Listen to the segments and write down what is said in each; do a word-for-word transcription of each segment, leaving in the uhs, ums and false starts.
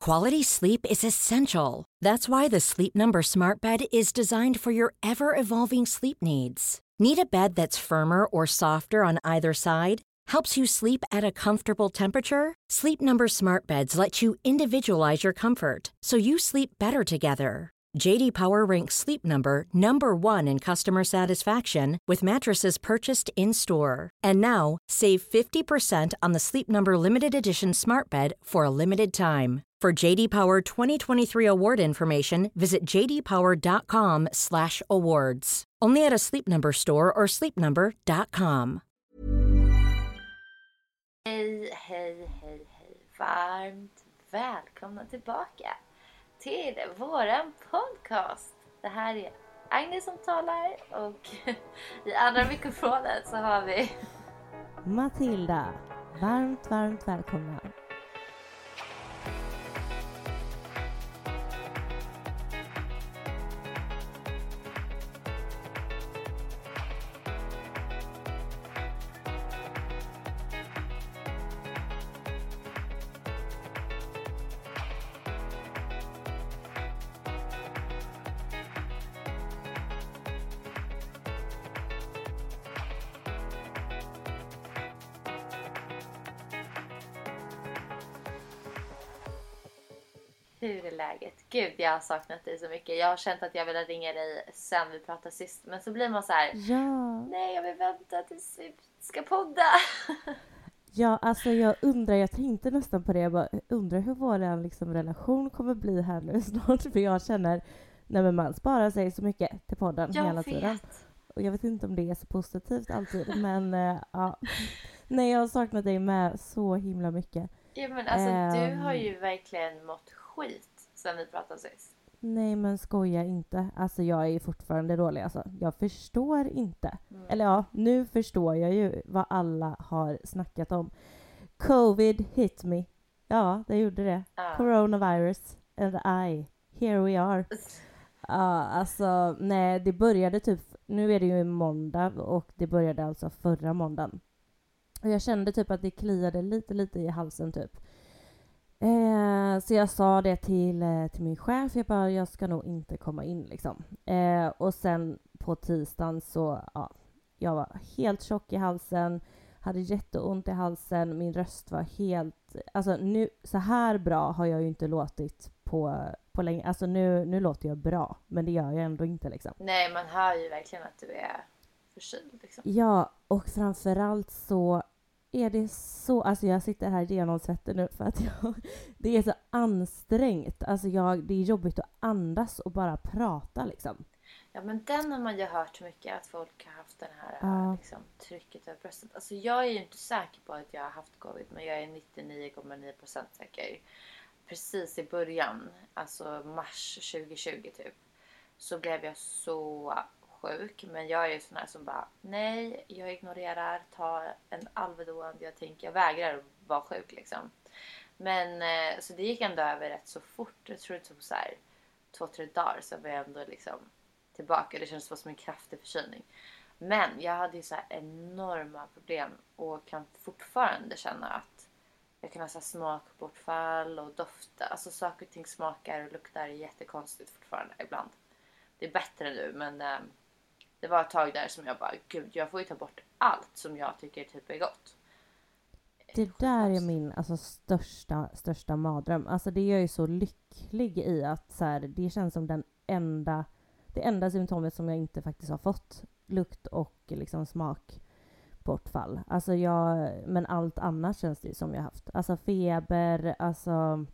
Quality sleep is essential. That's why the Sleep Number Smart Bed is designed for your ever-evolving sleep needs. Need a bed that's firmer or softer on either side? Helps you sleep at a comfortable temperature? Sleep Number Smart Beds let you individualize your comfort so you sleep better together. J D Power ranks Sleep Number number one in customer satisfaction with mattresses purchased in-store. And now, save fifty percent on the Sleep Number Limited Edition Smart Bed for a limited time. For J D Power twenty twenty-three award information, visit j d power dot com slash awards. Only at a Sleep Number store or sleep number dot com. Hej, hej, hej, hej. Varmt välkomna tillbaka till våran podcast. Det här är Agnes som talar och i andra mikrofonen så har vi Matilda. Varmt, varmt välkomna. Hur är läget? Gud, jag har saknat dig så mycket. Jag har känt att jag vill ringa dig sen vi pratade sist. Men så blir man så här. Ja. Nej, jag vill vänta tills vi ska podda. Ja, alltså jag undrar, jag tänkte nästan på det. Jag bara undrar hur vår liksom, relation kommer bli här nu snart. För jag känner, nej men man sparar sig så mycket till podden jag hela vet. tiden. Och jag vet inte om det är så positivt alltid. Men äh, ja, nej jag har saknat dig med så himla mycket. Ja, men alltså um, du har ju verkligen mått skit sen vi pratade sist. Nej men skoja inte. Alltså jag är ju fortfarande dålig. Alltså, jag förstår inte. Mm. Eller ja, nu förstår jag ju vad alla har snackat om. Covid hit me. Ja, det gjorde det. Uh. Coronavirus and I. Here we are. Ja, uh, alltså nej, det började typ, nu är det ju måndag och det började alltså förra måndagen. Och jag kände typ att det kliade lite lite i halsen typ. Eh, så jag sa det till, eh, till min chef. Jag bara, jag ska nog inte komma in liksom. Eh, och sen på tisdagen så, ja, jag var helt tjock i halsen. Hade jätteont i halsen. Min röst var helt, alltså nu, så här bra har jag ju inte låtit på, på länge. Alltså nu, nu låter jag bra, men det gör jag ändå inte liksom. Nej, man hör ju verkligen att du är förkyld liksom. Ja, och framförallt så är det så, alltså jag sitter här genomsvettig nu för att jag, det är så ansträngt. Alltså jag, det är jobbigt att andas och bara prata liksom. Ja, men den har man ju hört mycket att folk har haft den här ja. liksom, trycket över bröstet. Alltså jag är ju inte säker på att jag har haft covid, men jag är nittionio komma nio procent säker. Precis i början, alltså mars tjugo tjugo typ, så blev jag så sjuk, men jag är ju sån här som bara nej, jag ignorerar, tar en Alvedon, jag tänker, jag vägrar att vara sjuk liksom. Men eh, så det gick ändå över rätt så fort. Jag tror det tog så här två, tre dagar så var jag ändå liksom tillbaka. Det kändes som en kraftig förkylning. Men jag hade ju så här enorma problem och kan fortfarande känna att jag kan ha så här smakbortfall och dofta, alltså saker och ting smakar och luktar jättekonstigt fortfarande ibland. Det är bättre nu, men eh, det var ett tag där som jag bara, gud, jag får ju ta bort allt som jag tycker typ är gott. Det där är min alltså, största, största mardröm. Alltså det är jag ju så lycklig i att så här, det känns som den enda, det enda symptomet som jag inte faktiskt har fått. Lukt och liksom smakbortfall. Alltså jag, men allt annat känns det ju som jag haft. Alltså feber, alltså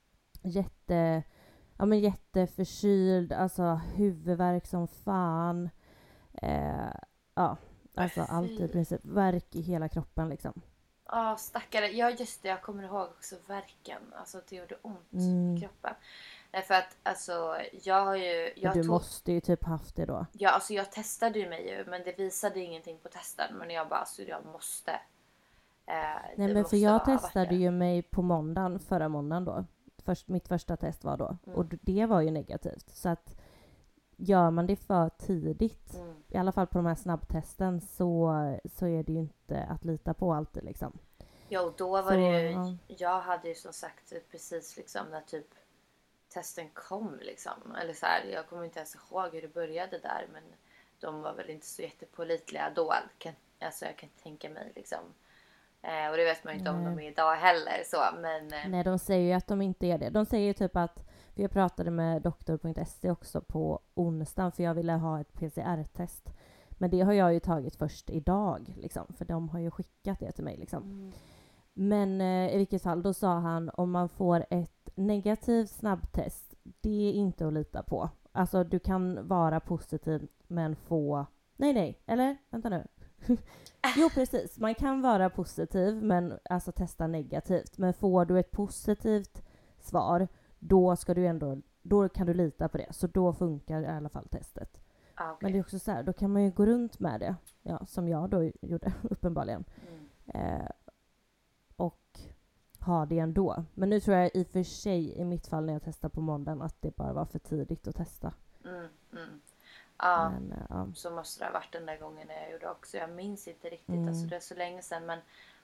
jätte, ja men jätteförkyld, alltså huvudvärk som fan. Eh, ja, alltså allt i princip. Värk i hela kroppen liksom. Ja, oh, stackare. Ja, just det. Jag kommer ihåg också värken. Alltså det gjorde ont mm. i kroppen. För att alltså, jag har ju... Jag du tog... måste ju typ haft det då. Ja, alltså jag testade ju mig ju. Men det visade ingenting på testen. Men jag bara, alltså jag måste. Eh, Nej, men för jag testade ju mig på måndagen, förra måndagen då. Först, mitt första test var då. Mm. Och det var ju negativt. Så att gör man det för tidigt, mm. i alla fall på de här snabbtesten, så, så är det ju inte att lita på alltid liksom. Ja, och då var Så, det ju, ja. jag hade ju som sagt precis liksom när typ testen kom liksom. Eller så här, jag kommer inte ens ihåg hur det började där, men de var väl inte så jättepålitliga då. Kan, alltså jag kan tänka mig liksom. Eh, och det vet man ju inte om de är idag heller så, men... Eh. Nej, de säger ju att de inte är det. De säger ju typ att, för jag pratade med doktor punkt se också på onsdagen för jag ville ha ett P C R-test. Men det har jag ju tagit först idag liksom, för de har ju skickat det till mig liksom. Mm. Men eh, i vilket fall, då sa han om man får ett negativt snabbtest, det är inte att lita på. Alltså du kan vara positiv men få... Nej, nej, eller? Vänta nu. Jo, precis. Man kan vara positiv men alltså testa negativt. Men får du ett positivt svar, då ska du ändå... Då kan du lita på det. Så då funkar i alla fall testet. Ah, okay. Men det är också så här, då kan man ju gå runt med det. Ja, som jag då gjorde, uppenbarligen. Mm. Eh, och ha det ändå. Men nu tror jag i och för sig i mitt fall när jag testade på måndagen att det bara var för tidigt att testa. Mm, mm. Ja, men, uh, ja. Så måste det ha varit den där gången när jag gjorde också. Jag minns inte riktigt, Mm. alltså det är så länge sedan. Men,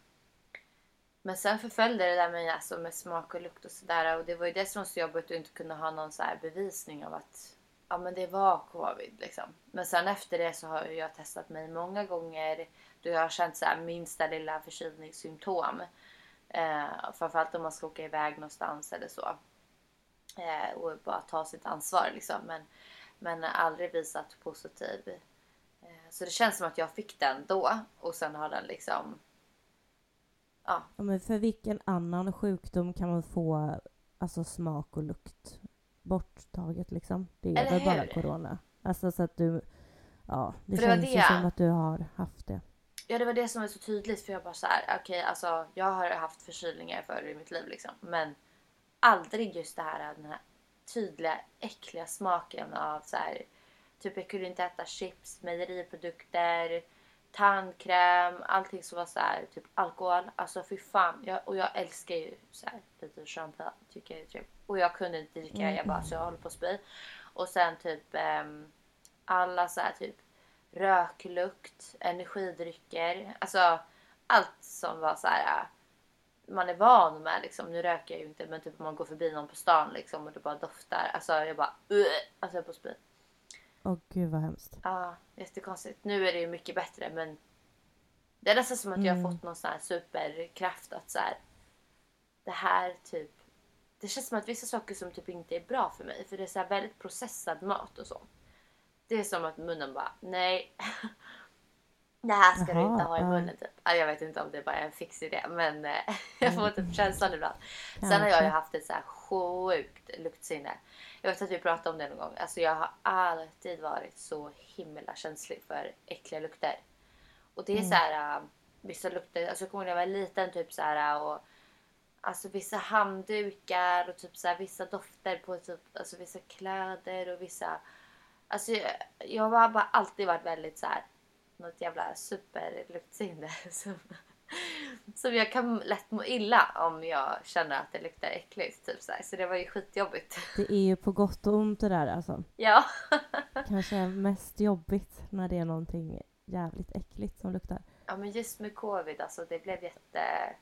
men sen förföljde det där med, alltså, med smak och lukt och sådär. Och det var ju det som var så jobbigt att inte kunna ha någon så här bevisning av att ja, men det var covid liksom. Men sen efter det så har jag testat mig många gånger då jag har känt så här minsta lilla förkylningssymptom. Eh, framförallt om man ska åka iväg någonstans eller så. Eh, och bara ta sitt ansvar liksom. Men, men aldrig visat positiv. Eh, så det känns som att jag fick den då. Och sen har den liksom... Ja. Ja, men för vilken annan sjukdom kan man få alltså smak och lukt borttaget liksom? Det är Eller väl hur? bara corona. Alltså så att du... Ja, det För det var känns det. ju som att du har haft det. Ja, det var det som var så tydligt. För jag bara så här, okej, okay, alltså jag har haft förkylningar förr i mitt liv liksom. Men aldrig just det här, den här tydliga, äckliga smaken av så här, typ jag kunde inte äta chips, mejeriprodukter, tandkräm, allting som var så här, typ alkohol. Alltså fy fan, jag, och jag älskar ju så här lite champagne, tycker jag typ. Och jag kunde inte dricka, mm. jag bara så jag håller på att spy. Och sen typ um, alla så här typ röklukt, energidrycker, alltså allt som var så här man är van med liksom. Nu röker jag ju inte, men typ om man går förbi någon på stan liksom och det bara doftar, alltså jag bara uh, alltså jag är på spy. Åh gud vad hemskt. Ja, jättekonstigt. Nu är det ju mycket bättre, men det är nästan som att jag har fått någon sån här superkraft att så här, det här typ, det känns som att vissa saker som typ inte är bra för mig, för det är så här väldigt processad mat och så. Det är som att munnen bara, nej. Det här ska Jaha, du inte ha i munnen typ. Jag vet inte om det bara är en fix idé, men jag får typ känslan ibland. Sen har jag ju haft ett så här sjukt luktsinne. Jag vet att vi pratade om det någon gång. Alltså jag har alltid varit så himla känslig för äckliga lukter. Och det är mm. så här uh, vissa lukter, alltså jag kommer ihåg när jag var liten typ så här och alltså vissa handdukar och typ så här vissa dofter på typ alltså vissa kläder och vissa alltså jag, jag har bara alltid varit väldigt så här något jävla superluktsinne som, som jag kan lätt må illa om jag känner att det luktar äckligt typ så här. Så det var ju skitjobbigt. Det är ju på gott och ont det där alltså. Ja. Kanske mest jobbigt när det är någonting jävligt äckligt som luktar. Ja, men just med covid alltså det blev jätte...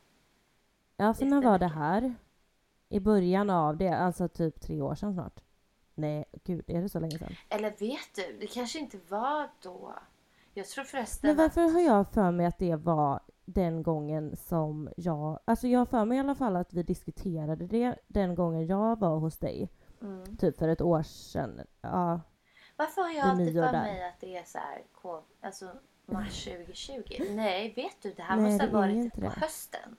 Ja, för när var det här? I början av det, alltså typ tre år sedan snart. Nej, gud, är det så länge sedan? Eller vet du, det kanske inte var då. Jag tror förresten Men varför att... har jag för mig att det var den gången som jag... Alltså jag har för mig i alla fall att vi diskuterade det den gången jag var hos dig. Mm. Typ för ett år sedan. Ja. Varför har jag alltid för där. mig att det är så här... Alltså mars tjugo tjugo? Nej, vet du, det här Nej, måste ha varit på hösten.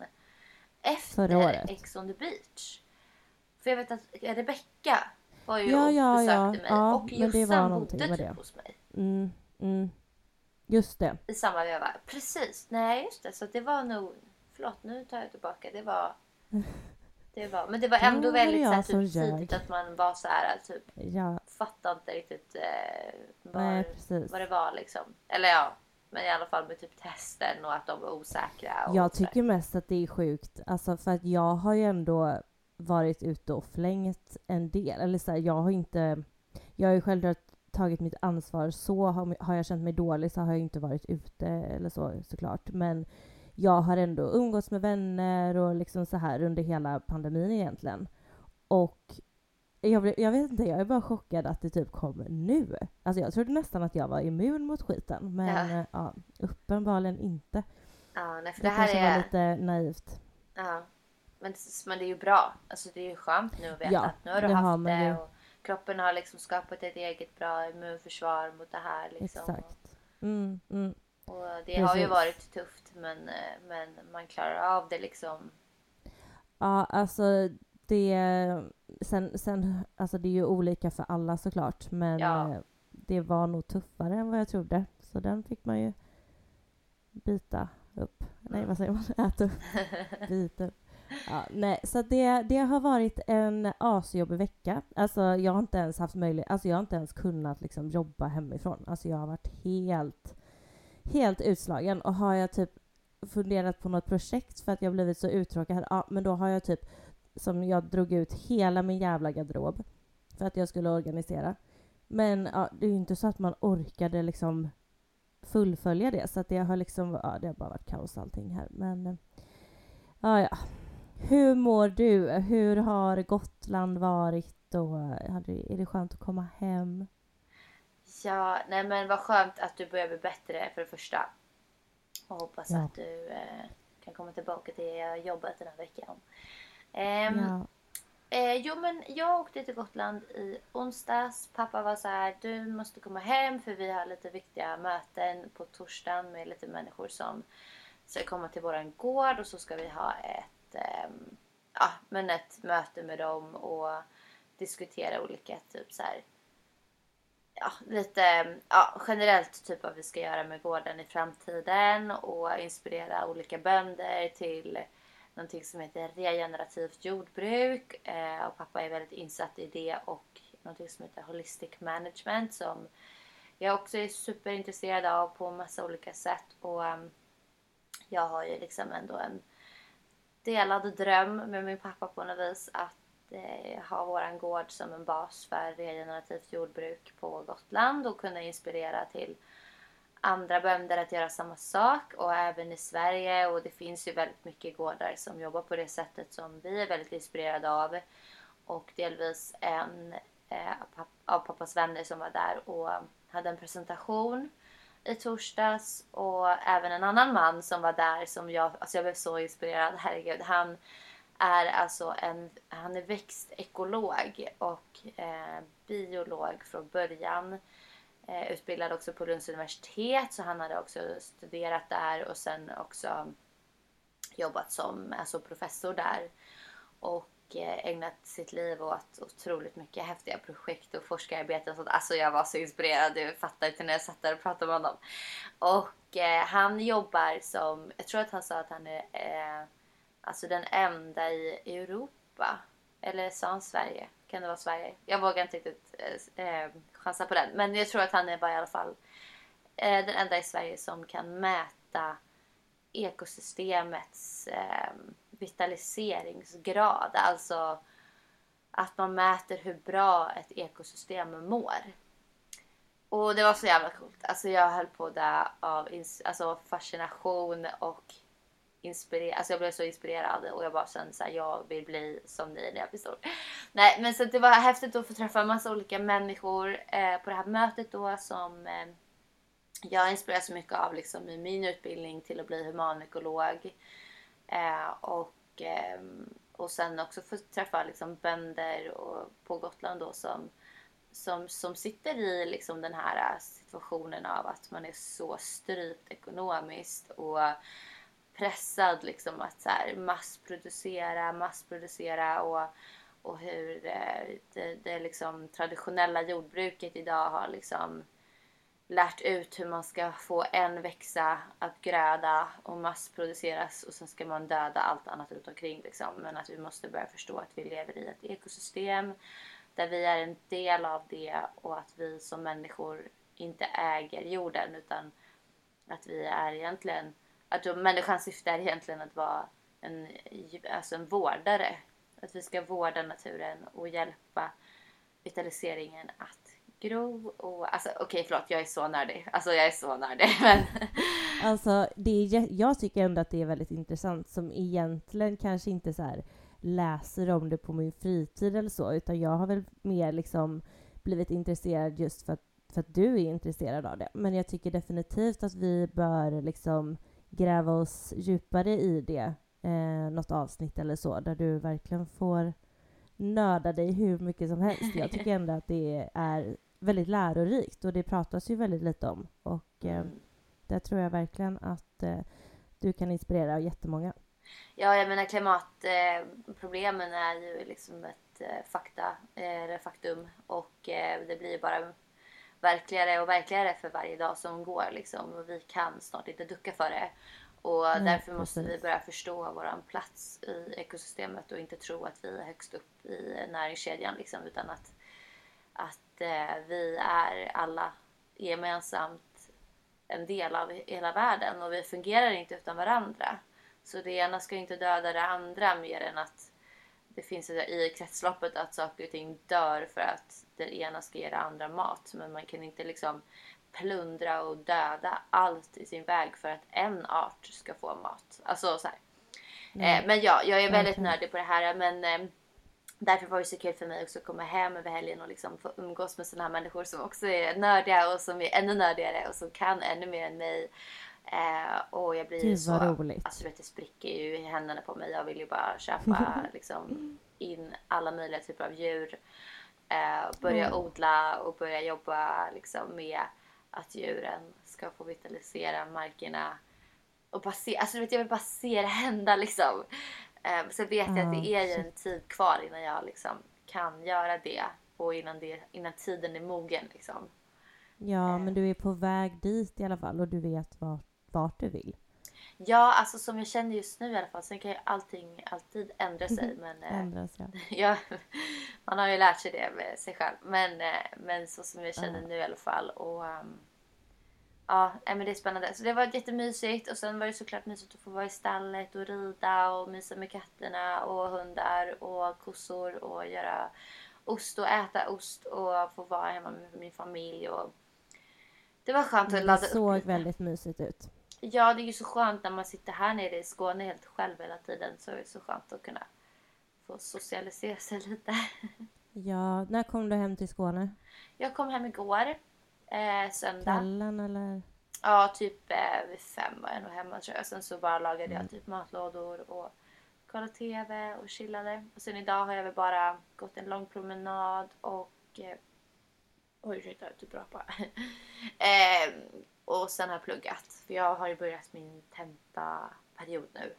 Efter Ex on the Beach. För jag vet att Rebecca var ju ja, och ja, besökte ja. mig. Ja, och Jossan bodde typ det. hos mig. Mm, mm. Just det. I samma veva. Precis. Nej, just det. Så det var nog... Förlåt, nu tar jag tillbaka. Det var... Det var men det var ändå ja, väldigt så här, typ, tidigt att man var så här typ... Ja. Fattade inte riktigt eh, var, Nej, precis. vad det var liksom. Eller ja... Men i alla fall med typ testen och att de var osäkra. Och jag tycker mest att det är sjukt. Alltså för att jag har ju ändå varit ute och flängt en del. Eller så här, jag har inte... Jag har ju själv tagit mitt ansvar. Så har, har jag känt mig dålig så har jag inte varit ute eller så såklart. Men jag har ändå umgåtts med vänner och liksom så här under hela pandemin egentligen. Och jag, blev, jag vet inte, jag är bara chockad att det typ kommer nu. Alltså jag trodde nästan att jag var immun mot skiten. Men Ja. ja, ja uppenbarligen inte. Ja, nej, för Det, det, här kanske är... var lite naivt. Ja, men, men det är ju bra. Alltså det är ju skönt nu att veta Ja, att nu har du det har haft man det ju. och kroppen har liksom skapat ett eget bra immunförsvar mot det här liksom. Exakt. Mm, mm. Och det Precis. har ju varit tufft, men, eh, men man klarar av det liksom. Ja, alltså det... Sen, sen, alltså det är ju olika för alla såklart. Men Ja. eh, det var nog tuffare än vad jag trodde. Så den fick man ju bita upp. Nej, Mm. vad säger man? Äta upp. Bita upp. Ja, nej, så det, det har varit en asjobbig vecka. Alltså jag har inte ens haft möjlighet, alltså jag har inte ens kunnat liksom jobba hemifrån. Alltså jag har varit helt, helt utslagen. Och har jag typ funderat på något projekt för att jag blivit så uttråkad, ja men då har jag typ, som jag drog ut hela min jävla garderob för att jag skulle organisera. Men ja, det är ju inte så att man orkade liksom fullfölja det. Så att det har liksom, ja det har bara varit kaos allting här. Men eh, ja, ja. Hur mår du? Hur har Gotland varit? Och har det, är det skönt att komma hem? Ja, nej men vad skönt att du börjar bli bättre för det första. Och hoppas Ja. att du eh, kan komma tillbaka till jobbet den här veckan. Ehm, Ja. eh, jo men jag åkte till Gotland i onsdags. Pappa var så här: du måste komma hem för vi har lite viktiga möten på torsdagen med lite människor som ska komma till våran gård. Och så ska vi ha ett, ehm, ja, men ett möte med dem och diskutera olika typ så här. Ja, lite ja, generellt typ vad vi ska göra med gården i framtiden och inspirera olika bönder till någonting som heter regenerativt jordbruk. Eh, och pappa är väldigt insatt i det och någonting som heter holistic management som jag också är superintresserad av på massa olika sätt. Och um, jag har ju liksom ändå en delad dröm med min pappa på något vis att ha våran gård som en bas för regenerativt jordbruk på Gotland och kunna inspirera till andra bönder att göra samma sak och även i Sverige. Och det finns ju väldigt mycket gårdar som jobbar på det sättet som vi är väldigt inspirerade av. Och delvis en eh, av pappas vänner som var där och hade en presentation i torsdags. Och även en annan man som var där som jag, alltså jag blev så inspirerad, herregud. Han är alltså en, han är växtekolog och eh, biolog från början. Eh, utbildad också på Lunds universitet, så han hade också studerat där och sen också jobbat som alltså professor där. Och eh, ägnat sitt liv åt otroligt mycket häftiga projekt och forskararbeten. Så alltså jag var så inspirerad, du fattar inte när jag satt där och pratade med honom. Och eh, han jobbar som, jag tror att han sa att han är eh, alltså den enda i Europa. Eller sa han Sverige? Kan det vara Sverige? Jag vågar inte riktigt eh, chansa på den. Men jag tror att han är bara i alla fall eh, den enda i Sverige som kan mäta ekosystemets eh, vitaliseringsgrad. Alltså att man mäter hur bra ett ekosystem mår. Och det var så jävla coolt. Alltså jag höll på där av ins- alltså fascination och inspirerad. Alltså jag blev så inspirerad och jag bara kände så här, jag vill bli som ni när jag blir stor. Nej, men så det var häftigt att få träffa en massa olika människor eh, på det här mötet då som eh, jag inspireras så mycket av liksom i min utbildning till att bli humanekolog. Eh, och, eh, och sen också få träffa liksom bönder och, på Gotland då som, som, som sitter i liksom den här situationen av att man är så strypt ekonomiskt och pressad liksom att så här massproducera, massproducera och, och hur eh, det, det liksom traditionella jordbruket idag har liksom lärt ut hur man ska få en växa att gröda och massproduceras och sen ska man döda allt annat runt omkring liksom. Men att vi måste börja förstå att vi lever i ett ekosystem där vi är en del av det och att vi som människor inte äger jorden utan att vi är egentligen, att människans syfte är egentligen att vara en, alltså en vårdare. Att vi ska vårda naturen och hjälpa vitaliseringen att grov och... Alltså okej, okay, förlåt, jag är så nördig. Alltså jag är så nördig, men... Alltså, det är, jag tycker ändå att det är väldigt intressant, som egentligen kanske inte så här läser om det på min fritid eller så, utan jag har väl mer liksom blivit intresserad just för att, för att du är intresserad av det. Men jag tycker definitivt att vi bör liksom gräva oss djupare i det, eh, något avsnitt eller så, där du verkligen får nörda dig hur mycket som helst. Jag tycker ändå att det är väldigt lärorikt, och det pratas ju väldigt lite om, och eh, Mm. där tror jag verkligen att eh, du kan inspirera jättemånga. Ja, jag menar klimatproblemen eh, är ju liksom ett eh, fakta, eh, faktum, och eh, det blir bara verkligare och verkligare för varje dag som går liksom, och vi kan snart inte ducka för det. Och Nej, därför måste precis. vi börja förstå våran plats i ekosystemet och inte tro att vi är högst upp i näringskedjan liksom, utan att, att eh, vi är alla gemensamt en del av hela världen, och vi fungerar inte utan varandra. Så det ena ska inte döda det andra, mer än att det finns i kretsloppet att saker och ting dör för att det ena ska ge det andra mat. Men man kan inte liksom plundra och döda allt i sin väg för att en art ska få mat. Alltså så här. Eh, men ja, jag är väldigt Verkligen. nördig på det här, men eh, därför var det så kul för mig också att komma hem över helgen och liksom få umgås med sådana här människor som också är nördiga och som är ännu nördigare och som kan ännu mer än mig. Eh, och jag blir ju Gud, så, vad roligt. alltså vet, det spricker ju i händerna på mig. Jag vill ju bara köpa liksom in alla möjliga typer av djur, eh, börja Mm. odla och börja jobba liksom med att djuren ska få vitalisera markerna och bara se, alltså vet, jag vill bara se det hända liksom. Eh, så vet jag att det Ja, är ju shit. en tid kvar innan jag liksom kan göra det, och innan, det, innan tiden är mogen liksom. Ja, men du är på väg dit i alla fall, och du vet vart, vart du vill. Ja, alltså som jag känner just nu i alla fall. Sen kan ju allting alltid ändra sig. Men eh, Ändras, ja. ja, man har ju lärt sig det med sig själv. Men, eh, men så som jag känner Ja. nu i alla fall. Och um, ja, nej, men det är spännande. Så det var jättemysigt. Och sen var det såklart mysigt att få vara i stallet och rida och mysa med katterna och hundar och kossor och göra ost och äta ost och få vara hemma med min familj. Och det var skönt att Det ladda upp såg lite. väldigt mysigt ut. Ja, det är ju så skönt när man sitter här nere i Skåne helt själv hela tiden. Så är det så skönt att kunna få socialisera sig lite. Ja, när kom du hem till Skåne? Jag kom hem igår, eh, söndag. Kvällen eller? Ja, typ eh, vid fem var jag nog hemma tror jag. Sen så bara lagade Mm. jag typ matlådor och kollade tv och chillade. Och sen idag har jag väl bara gått en lång promenad och... Eh, oj, ursäkta, jag typ rapa. eh, och sen har jag pluggat. För jag har ju börjat min tentaperiod nu.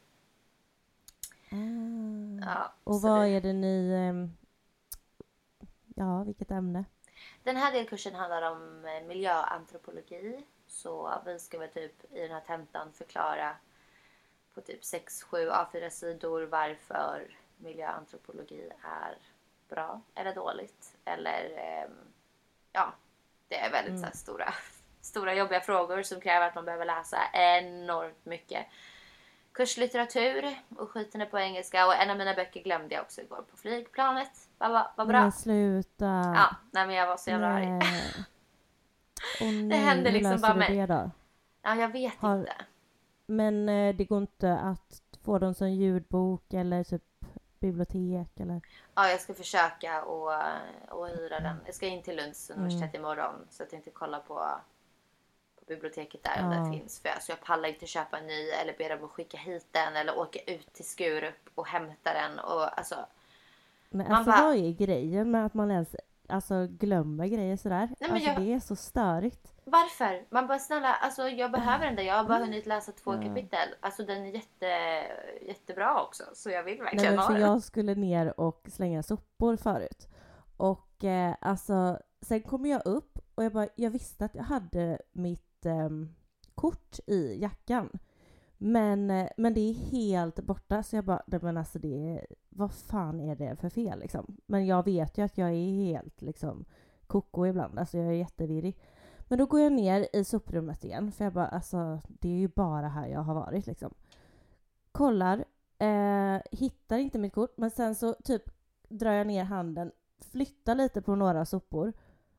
Ah. Ja, Och så vad det- är det ni... ehm, Ja, vilket ämne? Den här delkursen handlar om eh, miljöantropologi. Så vi ska väl typ i den här tentan förklara på typ sex sju A fyra sidor varför miljöantropologi är bra eller dåligt. Eller ehm, ja, det är väldigt Mm. så här, stora, stora jobbiga frågor som kräver att man behöver läsa enormt mycket kurslitteratur och skiten är på engelska. Och en av mina böcker glömde jag också igår på flygplanet. Vad vad- vad bra. Men sluta. Ja, nej men jag var så jävla arg. Nej. Åh nej, hände hur liksom löser bara du med- det då? Ja, jag vet Har- inte. Men eh, det går inte att få dem som ljudbok eller typ bibliotek eller? Ja, jag ska försöka och, och hyra den. Jag ska in till Lunds universitet imorgon. Så jag tänkte kolla på, på biblioteket där om Ja. den finns. För alltså, jag pallar inte köpa en ny eller be dem att skicka hit den. Eller åka ut till Skurup och hämta den. Och alltså, Men Man alltså bara- vad är grejen med att man ens alltså, glömmer grejer sådär? men Alltså jag- det är så störigt. varför? Man bara snälla, alltså jag behöver den där. Jag har bara hunnit läsa två Ja. kapitel. Alltså den är jätte, jättebra också. Så jag vill Nej, verkligen men ha för den. jag skulle ner och slänga sopor förut. Och eh, alltså, sen kom jag upp och jag bara, jag visste att jag hade mitt ehm, kort i jackan. Men, eh, men det är helt borta, så jag bara, nej, men alltså det är, vad fan är det för fel liksom? Men jag vet ju att jag är helt liksom koko ibland, alltså jag är jättevirrig. Men då går jag ner i soprummet igen, för jag bara, alltså det är ju bara här jag har varit liksom. Kollar, eh, hittar inte mitt kort, men sen så typ drar jag ner handen, flyttar lite på några sopor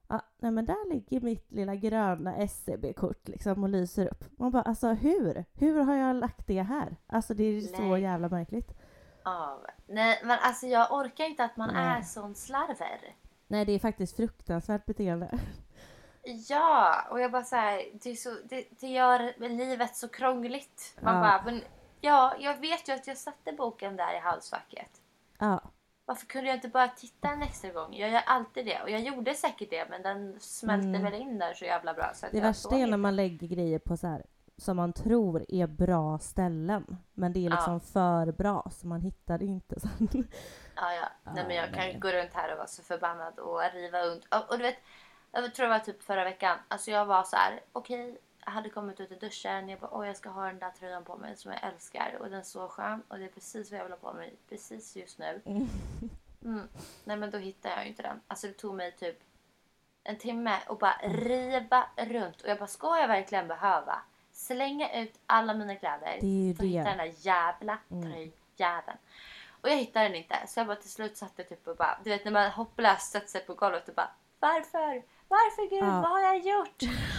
Ja, nej men där ligger mitt lilla gröna S C B-kort liksom och lyser upp. Man bara, alltså hur? Hur har jag lagt det här? Alltså det är så Nej. jävla märkligt. Ja, nej men alltså jag orkar inte att man Nej. är sån slarver. Nej, det är faktiskt fruktansvärt beteende. Ja, och jag bara så här, det, är så, det, det gör livet så krångligt. Man Ja. bara, men ja, jag vet ju att jag satte boken där i halsfacket. Ja. Varför kunde jag inte bara titta en extra gång? Jag gör alltid det. Och jag gjorde säkert det, men den smälte Mm. väl in där så jävla bra. Så att Det jag värsta såg är när inte. man lägger grejer på så här som man tror är bra ställen. Men det är liksom Ja. för bra så man hittar det inte sen. Ja, ja. Nej, men jag kan nej. gå runt här och vara så förbannad och riva runt. Och, och du vet, jag tror det var typ förra veckan. Alltså jag var så här, okej, jag hade kommit ut i duschen. Jag bara, åh jag ska ha den där tröjan på mig som jag älskar. Och den är så skön. Och det är precis vad jag vill ha på mig precis just nu. Mm. Nej men då hittade jag ju inte den. Alltså det tog mig typ en timme och bara riva runt. Och jag bara, ska jag verkligen behöva slänga ut alla mina kläder Det är ju för att hitta det. den där jävla Mm. tröjjäveln? Och jag hittade den inte. Så jag bara till slut satt jag typ och bara, du vet när man hopplöst sätter sig på golvet och bara, varför? Varför Gud? Ja. Vad har jag gjort?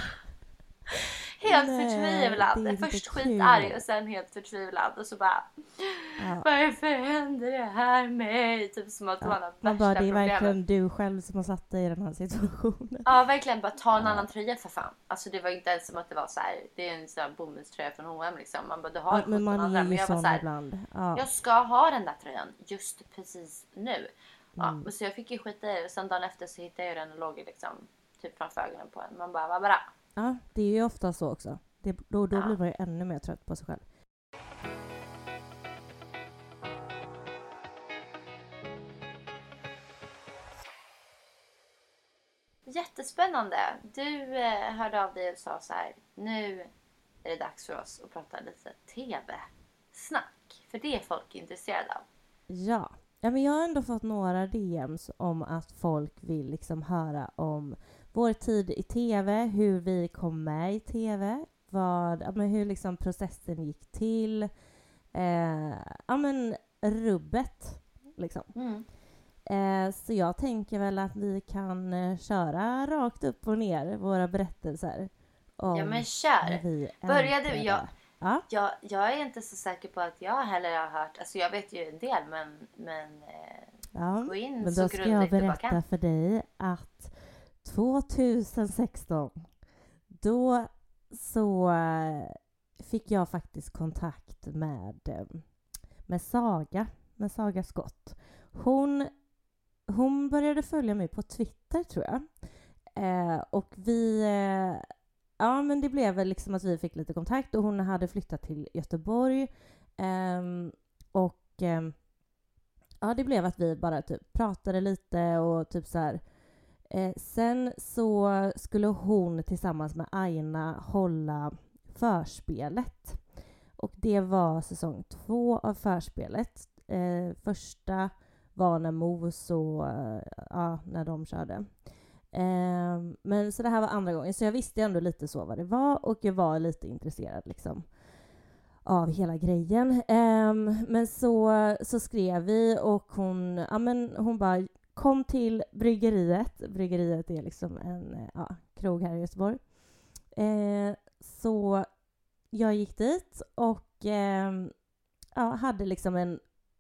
Helt Nej, förtvivlad. det är inte Först kul. skitarg och sen helt förtvivlad. Och så bara, Ja. varför händer det här med mig? Typ som att det var Ja. något Man värsta bara, det är problemet. verkligen du själv som har satt dig i den här situationen. Ja, verkligen. Bara ta en Ja. annan tröja för fan. Alltså det var inte ens som att det var så här. Det är en sån här bomullströja från H och M liksom. Man bara, du har Ja, men man andra. är Men ju jag var sån så här, ibland. Ja. jag ska ha den där tröjan just precis nu. Ja, Mm. men så jag fick ju skita i det. Och sen dagen efter så hittade jag den och låg liksom typ framför ögonen på en. Man bara, vad bra. Ja, det är ju ofta så också. Det, då då Ja. blir man ju ännu mer trött på sig själv. Jättespännande. Du eh, hörde av dig och sa så här. Nu är det dags för oss att prata lite tv-snack. För det är folk intresserade av. Ja. Ja, men jag har ändå fått några D Ms om att folk vill liksom höra om vår tid i tv, hur vi kom med i tv, vad, ja, men hur liksom processen gick till, eh, ja men rubbet liksom. Mm. Eh, så jag tänker väl att vi kan eh, köra rakt upp och ner våra berättelser om Ja men när kör. vi Började äntrade. jag. Ja. Jag, jag är inte så säker på att jag heller har hört. Alltså jag vet ju en del men, men eh, Ja, gå in men så då ska jag grundligt du bara berätta kan. för dig att tjugohundrasexton då så eh, fick jag faktiskt kontakt med, eh, med Saga, med Saga Skott. Hon, hon började följa mig på Twitter tror jag. Eh, och vi, eh, ja men det blev väl liksom att vi fick lite kontakt och hon hade flyttat till Göteborg. Ehm, och ehm, ja, det blev att vi bara typ pratade lite och typ så här. Eh, sen så skulle hon tillsammans med Aina hålla förspelet. Och det var säsong två av förspelet. Eh, första var när Mos och eh, ja, när de körde. Eh, men så det här var andra gången. Så jag visste ändå lite så vad det var och jag var lite intresserad liksom av hela grejen. Um, men så, så skrev vi och hon, ja, men hon bara kom till bryggeriet. Bryggeriet är liksom en ja, krog här i Göteborg. Uh, så jag gick dit och um, ja, hade liksom en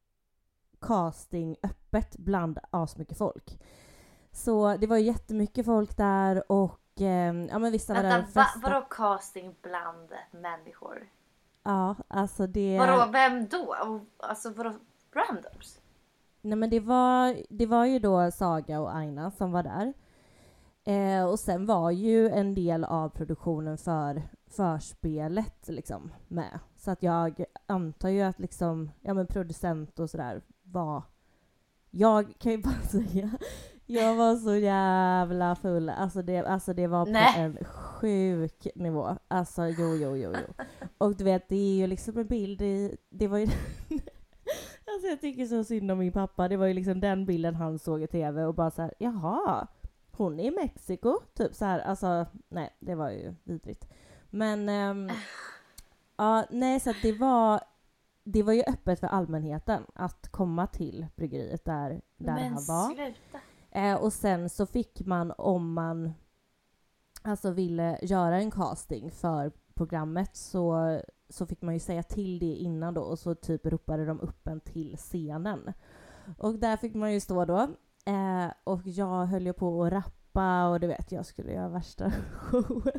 casting öppet bland asmycket folk. Så det var jättemycket folk där och um, ja, men vissa var där Vänta, och va, festade. vadå casting bland människor? Ja, alltså det... Vadå, vem då? Alltså vadå, randoms? Nej men det var, det var ju då Saga och Aina som var där. Eh, och sen var ju en del av produktionen för förspelet liksom med. Så att jag antar ju att liksom, ja men producent och sådär var... Jag kan ju bara säga, jag var så jävla full. Alltså det, alltså det var på Nej. en sjuk nivå. Alltså jo, jo, jo, jo. Och du vet, det är ju liksom en bild i, det var ju alltså jag tycker så synd om min pappa. Det var ju liksom den bilden han såg i tv och bara så här, jaha, hon är i Mexiko typ så här. Alltså nej, det var ju vidrigt. Men ähm, ja, nej, så att det var det var ju öppet för allmänheten att komma till bryggeriet där, där det Men här var. sluta. Eh, och sen så fick man, om man alltså ville göra en casting för programmet, så, så fick man ju säga till det innan då, och så typ ropade de upp en till scenen. Och där fick man ju stå då. Eh, och jag höll ju på att rappa, och du vet, jag skulle göra värsta showen.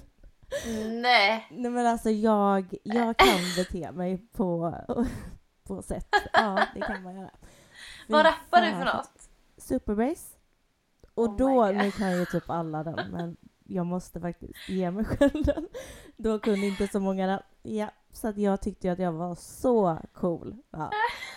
Nej. Nej men alltså jag, jag kan bete mig på, på sätt. Ja, det kan man göra. Vad rappar du för något? Superbass. Och Oh då, nu kan ju typ alla den, men jag måste faktiskt ge mig själv den. Då kunde inte så många den. Ja, så att jag tyckte att jag var så cool. Ja.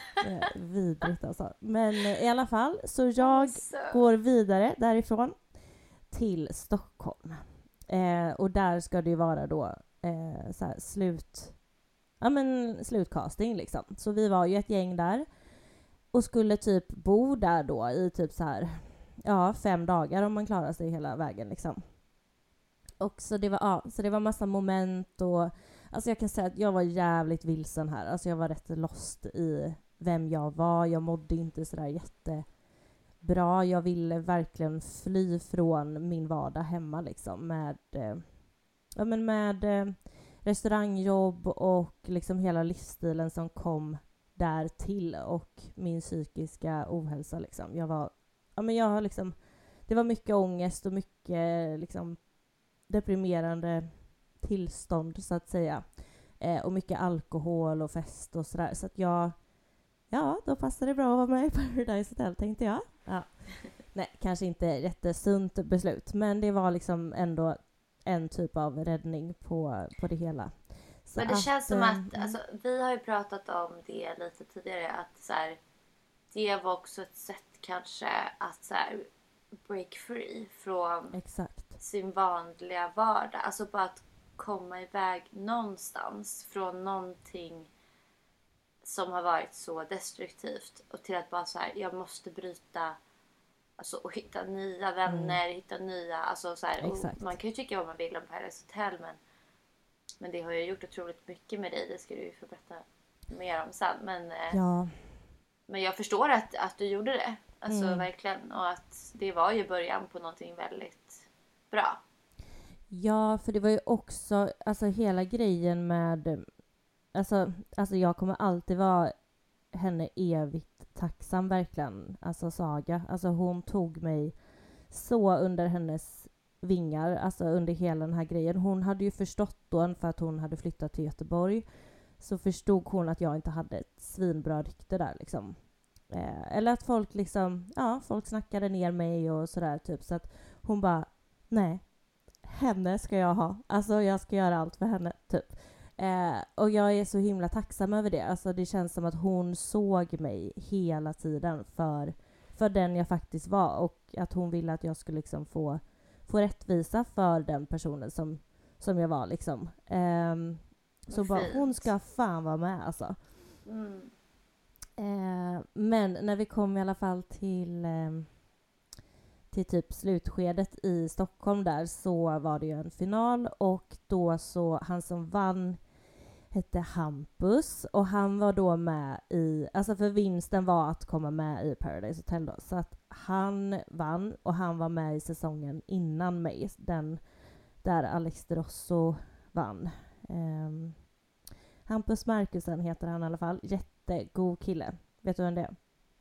Vidrigt alltså. Men i alla fall, så jag Så. går vidare därifrån till Stockholm. Eh, och där ska det ju vara då eh, så här slut, ja men slutcasting liksom. Så vi var ju ett gäng där och skulle typ bo där då i typ så här, ja, fem dagar om man klarar sig hela vägen liksom. Och så det var, ja, så det var massa moment, och alltså jag kan säga att jag var jävligt vilsen här. Alltså jag var rätt lost i vem jag var. Jag mådde inte sådär jättebra. Jag ville verkligen fly från min vardag hemma liksom, med, eh, ja, men med eh, restaurangjobb och liksom hela livsstilen som kom där till, och min psykiska ohälsa liksom. Jag var, ja men jag har liksom, det var mycket ångest och mycket liksom deprimerande tillstånd så att säga. Eh, och mycket alkohol och fest och sådär. Så att jag, ja, då passade det bra att vara med i Paradise Hotel, tänkte jag. Ja. Nej, kanske inte jättesunt beslut, men det var liksom ändå en typ av räddning på, på det hela. Så men det att, känns som äh, att, alltså, vi har ju pratat om det lite tidigare, att så här, det var också ett sätt kanske att så här, break free från exakt. sin vanliga vardag. Alltså bara att komma iväg någonstans från någonting som har varit så destruktivt, och till att bara så här, jag måste bryta, alltså, och hitta nya vänner, mm. hitta nya, alltså så här, och man kan ju tycka vad man vill om Paradise Hotel, men men det har ju gjort otroligt mycket med dig. Det ska du ju få berätta mer om sen, men ja. Men jag förstår att att du gjorde det, alltså mm. verkligen, och att det var ju början på någonting väldigt bra. Ja, för det var ju också, alltså hela grejen med, alltså, alltså jag kommer alltid vara henne evigt tacksam verkligen, alltså Saga. Alltså hon tog mig så under hennes vingar, alltså under hela den här grejen. Hon hade ju förstått då, för att hon hade flyttat till Göteborg, så förstod hon att jag inte hade ett svinbra rykte där liksom. Eh, eller att folk liksom, ja, folk snackade ner mig och sådär typ, så att hon bara, nej, henne ska jag ha. Alltså jag ska göra allt för henne, typ. Eh, och jag är så himla tacksam över det. Alltså det känns som att hon såg mig hela tiden för, för den jag faktiskt var. Och att hon ville att jag skulle liksom få, få rättvisa för den personen som, som jag var liksom. Eh, så bara, hon ska fan vara med alltså. Mm. Eh, men när vi kom i alla fall till... Eh, till typ slutskedet i Stockholm där, så var det ju en final, och då så, han som vann hette Hampus, och han var då med i, alltså för vinsten var att komma med i Paradise Hotel då, så att han vann, och han var med i säsongen innan mig, den där Alex de Rosso vann. Um, Hampus Markusen heter han i alla fall, jättegod kille. Vet du vem det är?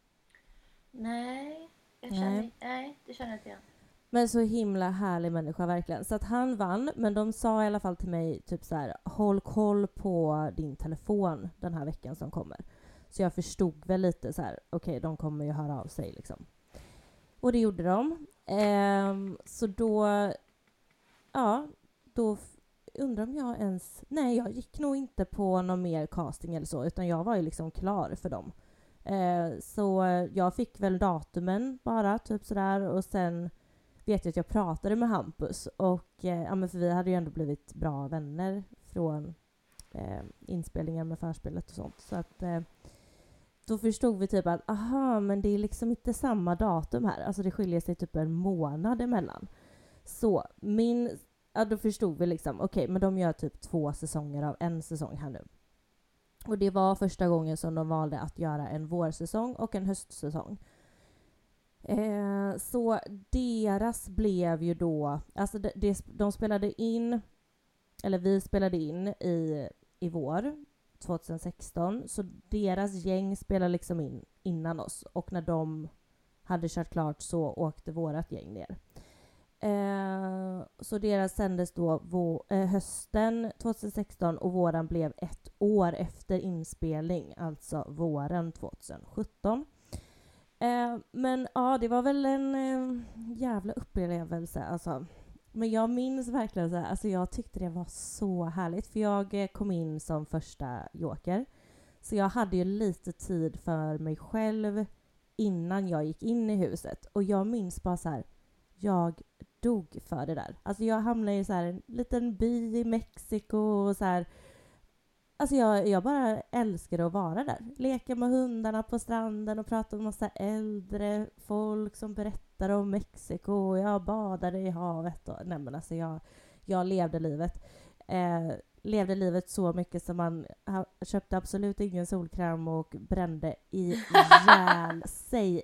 Nej. Jag känner, nej. nej, det känner jag inte igen. Men så himla härlig människa verkligen. Så att han vann, men de sa i alla fall till mig typ så här: håll koll på din telefon den här veckan som kommer. Så jag förstod väl lite så här: okej, okay, de kommer ju höra av sig liksom. Och det gjorde de. Ehm, så då, ja, då undrar om jag ens, nej jag gick nog inte på någon mer casting eller så, utan jag var ju liksom klar för dem. Eh, så jag fick väl datumen bara, typ sådär. Och sen vet jag att jag pratade med Hampus. Och, eh, ja, men för vi hade ju ändå blivit bra vänner från eh, inspelningen med förspelet och sånt. Så att eh, då förstod vi typ att, aha, men det är liksom inte samma datum här. Alltså det skiljer sig typ en månad emellan. Så min, ja då förstod vi liksom, okej, okay, men de gör typ två säsonger av en säsong här nu. Och det var första gången som de valde att göra en vårsäsong och en höstsäsong. Eh, så deras blev ju då, alltså de, de, de spelade in, eller vi spelade in i, i vår tjugohundrasexton, så deras gäng spelade liksom in innan oss, och när de hade kört klart så åkte vårat gäng ner. Eh, så deras sändes då vå, eh, hösten tjugohundrasexton, och våran blev ett år efter inspelning, alltså våren tjugosjutton. Eh, men ja, det var väl en eh, jävla upplevelse alltså. Men jag minns verkligen så här, alltså jag tyckte det var så härligt, för jag eh, kom in som första joker. Så jag hade ju lite tid för mig själv innan jag gick in i huset. Och jag minns bara så här, jag dog för det där. Alltså jag hamnade i så här en liten by i Mexiko och så här. Alltså jag, jag bara älskade att vara där. Leka med hundarna på stranden och prata med massa äldre folk som berättar om Mexiko. Jag badade i havet. Och, nej men alltså jag, jag levde livet. Eh, levde livet så mycket som man ha, köpte absolut ingen solkräm och brände ihjäl sig.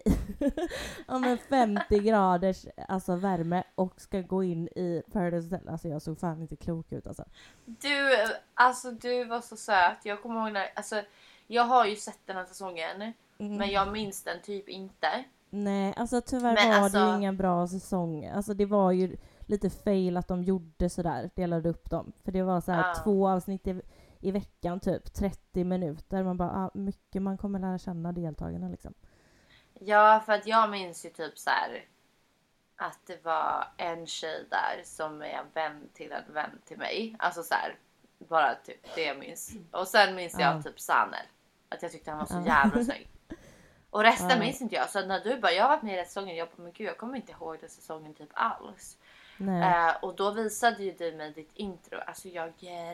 Ja men femtio graders alltså värme och ska gå in i Paradise Hotel. Alltså jag såg fan inte klok ut alltså. Du, alltså du var så söt. Jag kommer ihåg när, alltså jag har ju sett den här säsongen, mm. men jag minns den typ inte. Nej, alltså tyvärr men var alltså... det ju ingen bra säsong. Alltså det var ju lite fail att de gjorde sådär, delade upp dem. För det var så här ah. två avsnitt i, i veckan typ, trettio minuter. Man bara, ah, mycket man kommer lära känna deltagarna liksom. Ja, för att jag minns ju typ så här att det var en tjej där som är en vän till en vän till mig. Alltså så här, bara typ det jag minns. Och sen minns jag ah. typ Sanel. Att jag tyckte han var så ah. jävla snygg. Och resten ah. minns inte jag. Så när du bara, jag har varit med i den säsongen, jag bara, men gud, jag kommer inte ihåg den säsongen typ alls. Uh, och då visade ju du mig ditt intro. Alltså jag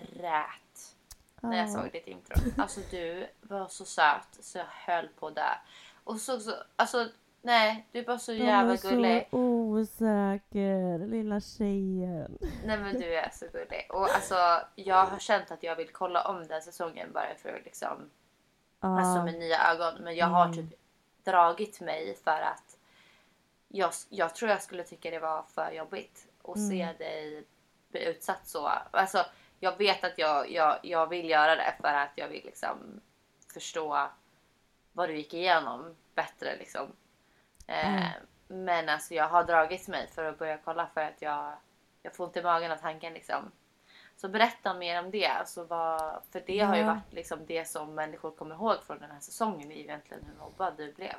grät oh. när jag såg ditt intro. Alltså du var så söt, så jag höll på där. Och så, så alltså nej, du var så jävla gullig. Så osäker, lilla tjejen. Nej men du är så gullig. Och alltså jag har känt att jag vill kolla om den säsongen bara för att liksom oh. alltså med nya ögon. Men jag har mm. typ dragit mig för att jag, jag tror jag skulle tycka det var för jobbigt och mm. se dig bli utsatt så. Alltså, jag vet att jag, jag, jag vill göra det för att jag vill liksom förstå vad du gick igenom bättre liksom. Mm. Eh, men alltså jag har dragit mig för att börja kolla för att jag, jag får inte i magen av tanken liksom. Så berätta mer om det. Alltså vad, för det ja. har ju varit liksom det som människor kommer ihåg från den här säsongen, är egentligen hur mobbad du blev.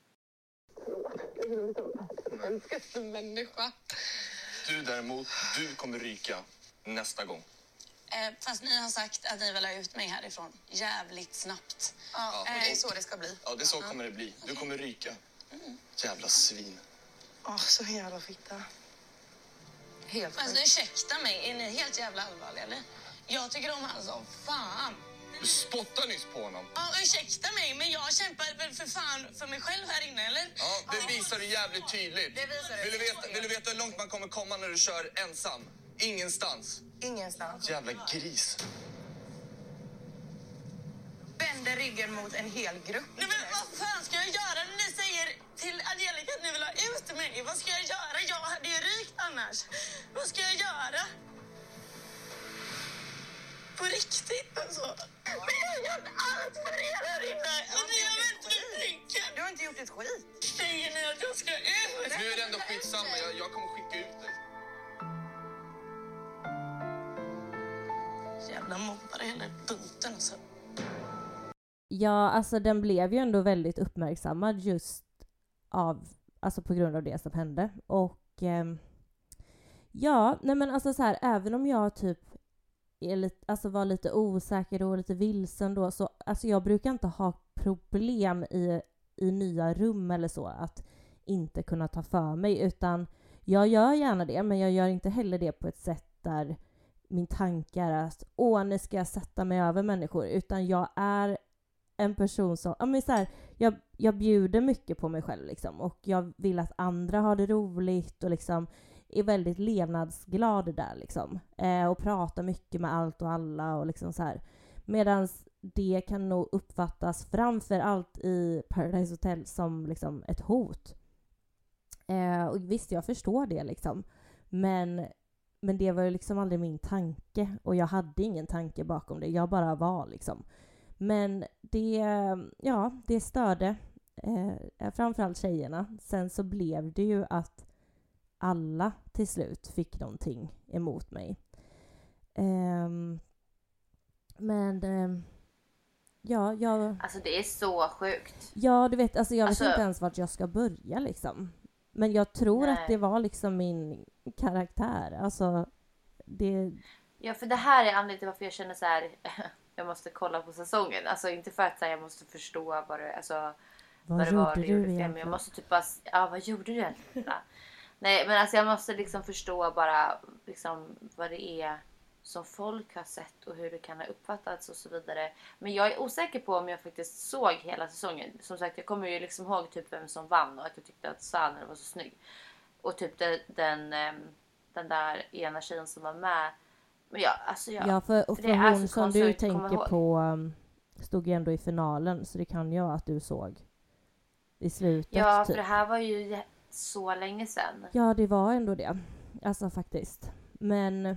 En jättemänniska. Du däremot, du kommer ryka nästa gång. Eh, fast ni har sagt att ni vill ha ut mig härifrån jävligt snabbt. Ja, eh, det är så det ska bli. Ja, det är så kommer det bli. Du kommer ryka. Mm. Jävla svin. Åh, oh, så jävla fitta. Helt fast ursäkta mig, är ni helt jävla allvarliga eller? Jag tycker om han som fan. Du spottar nyss på honom. Ja, ursäkta mig, men jag kämpar väl för fan för mig själv här inne, eller? Ja, det ja. visar du jävligt tydligt. Det visar vill, du veta, vill du veta hur långt man kommer komma när du kör ensam? Ingenstans. Ingenstans. Jävla gris. Vänder ryggen mot en hel grupp. Nej, men vad fan ska jag göra när ni säger till Angelica att ni vill ha ut mig? Vad ska jag göra? Jag hade ju rykt annars. Vad ska jag göra? På riktigt alltså. Men jag har gjort allt för er här inne. Och ni har vänt mig ryggen. Du har inte gjort ett skit. Säger ni att jag ska ut? Nu är det ändå skitsamma. Jag, jag kommer skicka ut dig. Jävla mobbare hela bunten alltså. Ja, alltså den blev ju ändå väldigt uppmärksammad just av, alltså på grund av det som hände. Och eh, ja, nej men alltså så här, även om jag typ är lite, alltså var lite osäker och lite vilsen då, så alltså jag brukar inte ha problem i, i nya rum eller så att inte kunna ta för mig, utan jag gör gärna det, men jag gör inte heller det på ett sätt där min tanke är att åh, nu ska jag sätta mig över människor, utan jag är en person som, ja men så här, jag, jag bjuder mycket på mig själv liksom, och jag vill att andra har det roligt och liksom är väldigt levnadsglad där liksom, eh, och pratar mycket med allt och alla och liksom så här, medans det kan nog uppfattas framför allt i Paradise Hotel som liksom ett hot. Eh, och visst, jag förstår det liksom. Men, men det var ju liksom aldrig min tanke. Och jag hade ingen tanke bakom det. Jag bara var liksom. Men det, ja, det störde eh, framförallt tjejerna. Sen så blev det ju att alla till slut fick någonting emot mig. Eh, men eh, ja, jag... Alltså det är så sjukt. Ja, du vet, alltså jag Alltså- vet inte ens vart jag ska börja liksom. Men jag tror Nej. att det var liksom min karaktär. Alltså, det... Ja, för det här är anledningen till varför jag känner så här. Jag måste kolla på säsongen. Alltså inte för att så här, jag måste förstå vad det, alltså, Vad, vad det var gjorde du du gjorde fel. Men egentligen? jag måste typ bara, ja vad gjorde du egentligen? Nej men alltså jag måste liksom förstå bara liksom vad det är som folk har sett och hur det kan ha uppfattats och så vidare. Men jag är osäker på om jag faktiskt såg hela säsongen. Som sagt, jag kommer ju liksom ihåg typ vem som vann och att jag tyckte att Saner var så snygg. Och typ den, den, ehm, den där ena tjejen som var med. Men ja, alltså jag, Ja, för, och för för det är hon så som konstigt du att komma tänker ihåg. på um, stod ju ändå i finalen, så det kan ju vara att du såg i slutet. Ja, typ. för det här var ju jä- så länge sedan. Ja, det var ändå det. Alltså faktiskt. Men...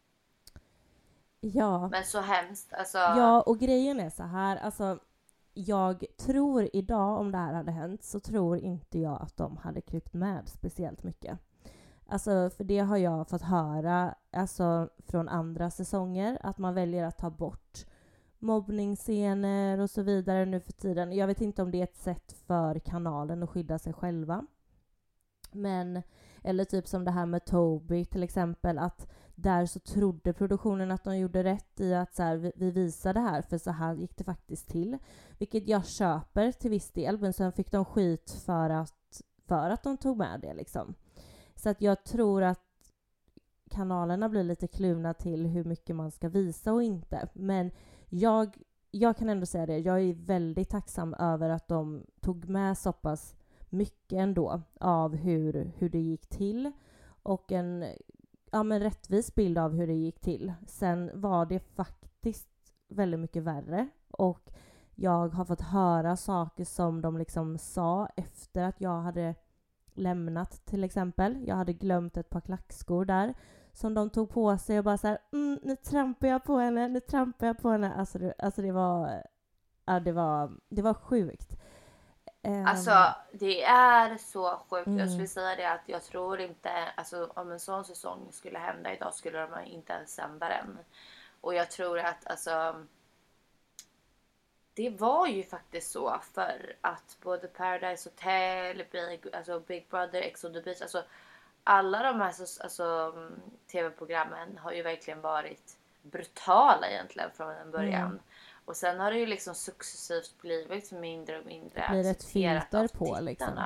Ja. Men så hemskt. Alltså, Ja, och grejen är så här, alltså jag tror idag, om det här hade hänt, så tror inte jag att de hade klippt med speciellt mycket. Alltså, för det har jag fått höra alltså, från andra säsonger, att man väljer att ta bort mobbningsscener och så vidare nu för tiden. Jag vet inte om det är ett sätt för kanalen att skydda sig själva. Men, eller typ som det här med Toby till exempel, att där så trodde produktionen att de gjorde rätt i att så här, vi, vi visar det här, för så här gick det faktiskt till. Vilket jag köper till viss del, men sen fick de skit för att, för att de tog med det liksom. Så att jag tror att kanalerna blir lite kluvna till hur mycket man ska visa och inte. Men jag, jag kan ändå säga det, jag är väldigt tacksam över att de tog med så pass mycket ändå av hur, hur det gick till. Och en ja, men rättvis bild av hur det gick till. Sen var det faktiskt väldigt mycket värre. Och jag har fått höra saker som de liksom sa efter att jag hade lämnat till exempel. Jag hade glömt ett par klackskor där som de tog på sig och bara så här, mm, nu trampar jag på henne, nu trampar jag på henne. Alltså det, alltså det var ja, det var det var sjukt. Um, alltså det är så sjukt. Mm. Jag skulle säga det att jag tror inte, alltså om en sån säsong skulle hända idag skulle de inte ens sända den. Och jag tror att alltså det var ju faktiskt så för att både Paradise Hotel, Big, alltså Big Brother, Ex on the Beach, alltså alla de här alltså, tv-programmen har ju verkligen varit brutala egentligen från en början. Mm. Och sen har det ju liksom successivt blivit mindre och mindre Det blir ett accepterat filter av på, tittarna. liksom.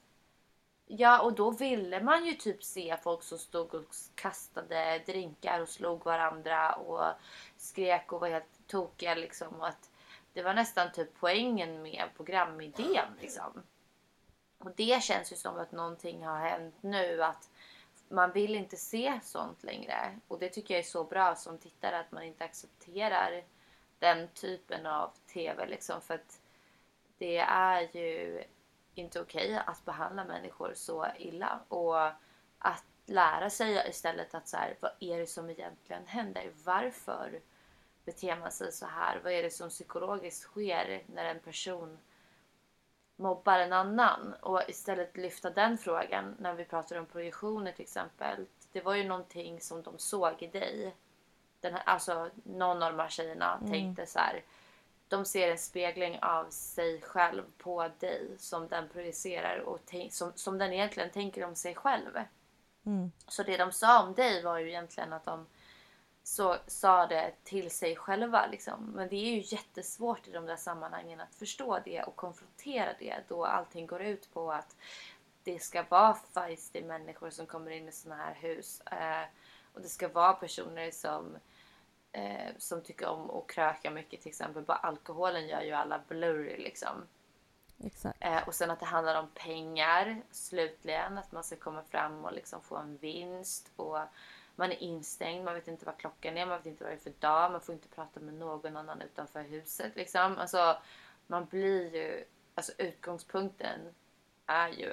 Ja, och då ville man ju typ se folk som stod och kastade drinkar och slog varandra och skrek och var helt tokiga liksom. Och att det var nästan typ poängen med programidén liksom. Och det känns ju som att någonting har hänt nu, att man vill inte se sånt längre. Och det tycker jag är så bra som tittare, att man inte accepterar den typen av tv liksom. För att det är ju inte okej att behandla människor så illa. Och att lära sig istället att så här, vad är det som egentligen händer? Varför beter man sig så här? Vad är det som psykologiskt sker när en person mobbar en annan? Och istället lyfta den frågan när vi pratar om projektioner till exempel. Det var ju någonting som de såg i dig. Den här, alltså någon av de här tjejerna Mm. tänkte så här. De ser en spegling av sig själv på dig som den projicerar och tänk, som, som den egentligen tänker om sig själv. Mm. Så det de sa om dig var ju egentligen att de så, sa det till sig själva. Liksom. Men det är ju jättesvårt i de där sammanhangen att förstå det och konfrontera det. Då allting går ut på att det ska vara feisty människor som kommer in i såna här hus. Eh, och det ska vara personer som, eh, som tycker om att kröka mycket till exempel. Bara alkoholen gör ju alla blurry liksom. Exakt. Eh, och sen att det handlar om pengar slutligen. Att man ska komma fram och liksom få en vinst. Och man är instängd, man vet inte vad klockan är, man vet inte vad det är för dag. Man får inte prata med någon annan utanför huset liksom. Alltså man blir ju, alltså utgångspunkten är ju att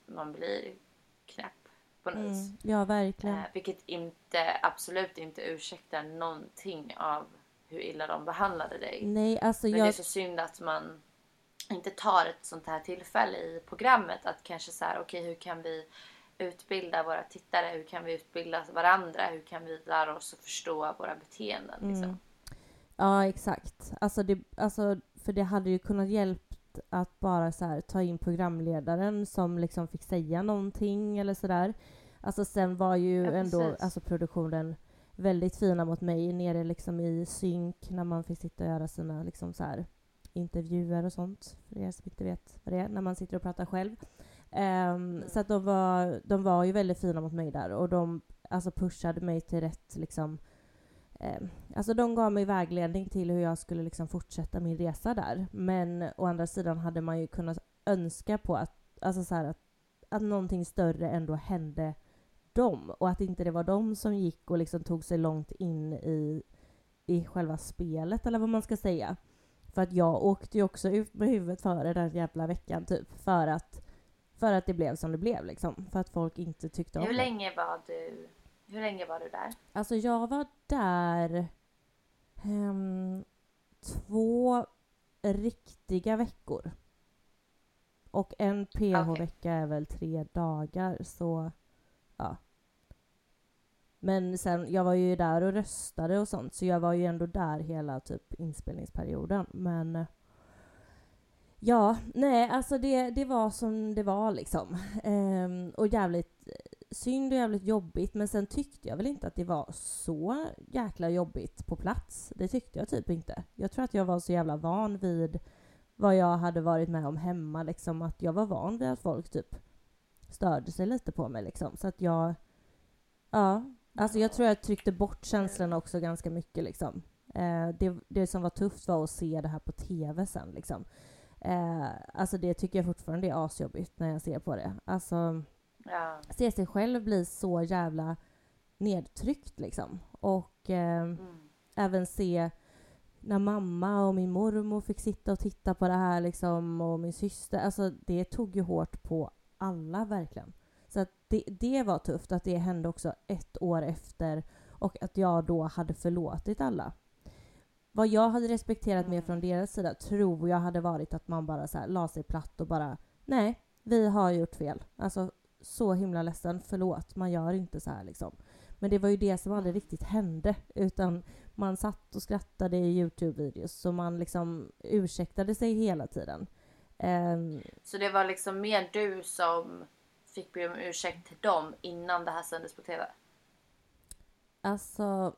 man blir knäpp på något vis. Mm, ja, verkligen. Eh, vilket inte, absolut inte ursäktar någonting av hur illa de behandlade dig. Nej, alltså Men jag... det är så synd att man inte tar ett sånt här tillfälle i programmet att kanske så här, okej, okay, hur kan vi utbilda våra tittare, hur kan vi utbilda varandra, hur kan vi lära oss att förstå våra beteenden liksom. Mm. Ja, exakt. Alltså, det, alltså för det hade ju kunnat hjälpt att bara så här, ta in programledaren som liksom fick säga någonting eller sådär. Alltså sen var ju Ja, ändå alltså, produktionen väldigt fina mot mig nere liksom i synk när man fick sitta och göra sina liksom så här intervjuer och sånt, för er som inte vet vad det är, när man sitter och pratar själv. Um, mm. Så att de var, de var ju väldigt fina mot mig där och de alltså pushade mig till rätt liksom, um, alltså de gav mig vägledning till hur jag skulle liksom fortsätta min resa där. Men å andra sidan hade man ju kunnat önska på att, alltså så här, att, att någonting större ändå hände dem och att inte det var de som gick och liksom tog sig långt in i, i själva spelet eller vad man ska säga. För att jag åkte ju också ut med huvudet före den jävla veckan typ. För att, för att det blev som det blev liksom. För att folk inte tyckte om hur det. Länge var du, hur länge var du där? Alltså jag var där um, två riktiga veckor. Och en P H-vecka okay. är väl tre dagar. Så ja. Men sen, jag var ju där och röstade och sånt. Så jag var ju ändå där hela typ inspelningsperioden. Men ja, nej, alltså det, det var som det var liksom. Ehm, och jävligt synd och jävligt jobbigt. Men sen tyckte jag väl inte att det var så jäkla jobbigt på plats. Det tyckte jag typ inte. Jag tror att jag var så jävla van vid vad jag hade varit med om hemma. Liksom, att jag var van vid att folk typ störde sig lite på mig liksom. Så att jag, ja... Alltså jag tror jag tryckte bort känslorna också ganska mycket liksom. Eh, det, det som var tufft var att se det här på tv sen liksom. Eh, alltså det tycker jag fortfarande är asjobbigt när jag ser på det. Alltså ja. Se sig själv bli så jävla nedtryckt liksom. Och eh, mm. även se när mamma och min mormor fick sitta och titta på det här liksom. Och min syster, alltså det tog ju hårt på alla verkligen. Så att det, det var tufft att det hände också ett år efter och att jag då hade förlåtit alla. Vad jag hade respekterat mer från deras sida tror jag hade varit att man bara så här la sig platt och bara nej, vi har gjort fel. Alltså så himla ledsen, förlåt, man gör inte så här liksom. Men det var ju det som aldrig riktigt hände utan man satt och skrattade i YouTube-videos så man liksom ursäktade sig hela tiden. Um, så det var liksom mer du som fick be om ursäkt till dem innan det här sändes på tv? Alltså...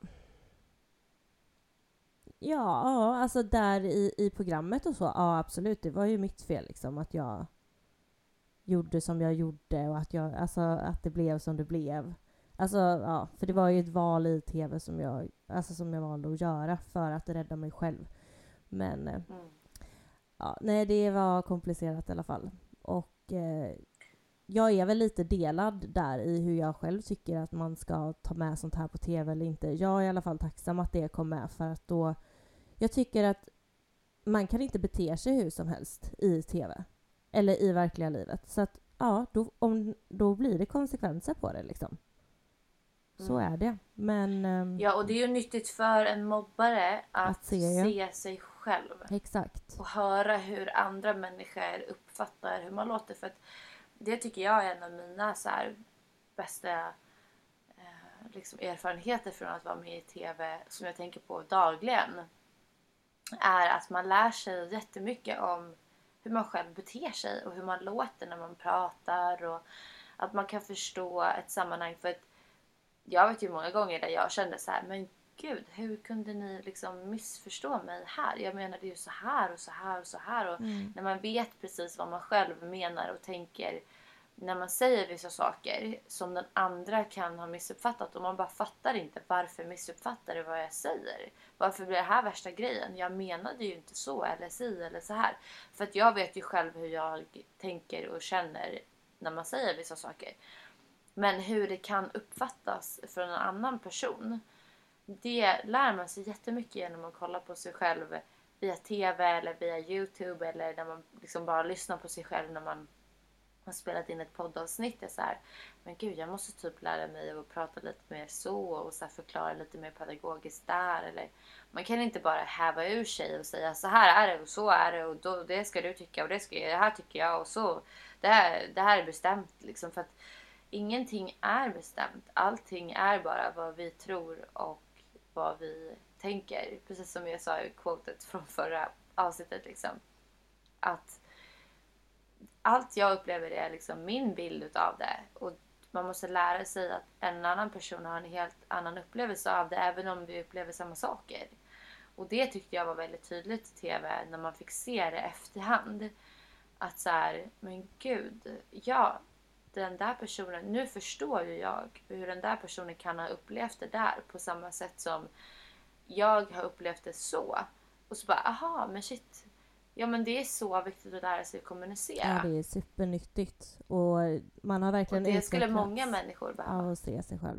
Ja, alltså där i, i programmet och så. Ja, absolut. Det var ju mitt fel liksom. Att jag gjorde som jag gjorde och att, jag, alltså, att det blev som det blev. Alltså, ja. För det var ju ett val i tv som jag, alltså, som jag valde att göra för att rädda mig själv. Men... Mm. Ja, nej, det var komplicerat i alla fall. Och... Eh, jag är väl lite delad där i hur jag själv tycker att man ska ta med sånt här på tv eller inte. Jag är i alla fall tacksam att det kom med för att då... Jag tycker att man kan inte bete sig hur som helst i tv. Eller i verkliga livet. Så att ja, då, om, då blir det konsekvenser på det liksom. Så mm. är det. Men... Um, ja, och det är ju nyttigt för en mobbare att, att se, se sig själv. Exakt. Och höra hur andra människor uppfattar hur man låter. För att det tycker jag är en av mina så här bästa eh, liksom erfarenheter från att vara med i tv som jag tänker på dagligen. Är att man lär sig jättemycket om hur man själv beter sig och hur man låter när man pratar. Och att man kan förstå ett sammanhang. För att jag vet ju många gånger där jag kände så här, men gud, hur kunde ni liksom missförstå mig här? Jag menade ju så här och så här och så här. Och mm. när man vet precis vad man själv menar och tänker när man säger vissa saker som den andra kan ha missuppfattat och man bara fattar inte varför missuppfattar det vad jag säger. Varför blir det här värsta grejen? Jag menade ju inte så eller si eller så här. För att jag vet ju själv hur jag tänker och känner när man säger vissa saker. Men hur det kan uppfattas från en annan person, det lär man sig jättemycket genom att kolla på sig själv via tv eller via YouTube eller när man liksom bara lyssnar på sig själv när man har spelat in ett poddavsnitt. Det är så här, men gud, jag måste typ lära mig att prata lite mer så och så här förklara lite mer pedagogiskt där. Eller man kan inte bara häva ur sig och säga så här är det och så är det och då, det ska du tycka och det ska det här tycker jag och så. Det här, det här är bestämt liksom, för att ingenting är bestämt. Allting är bara vad vi tror och vad vi tänker. Precis som jag sa i quotet från förra avsnittet liksom. Att allt jag upplever är liksom min bild utav det. Och man måste lära sig att en annan person har en helt annan upplevelse av det. Även om vi upplever samma saker. Och det tyckte jag var väldigt tydligt i tv. När man fick se det efterhand. Att så här, men gud. Ja, den där personen. Nu förstår ju jag hur den där personen kan ha upplevt det där. På samma sätt som jag har upplevt det så. Och så bara, aha, men shit. Ja, men det är så viktigt att lära sig att kommunicera. Ja, det är supernyttigt. Och man har verkligen och det skulle många människor behöva. Av att se sig själv.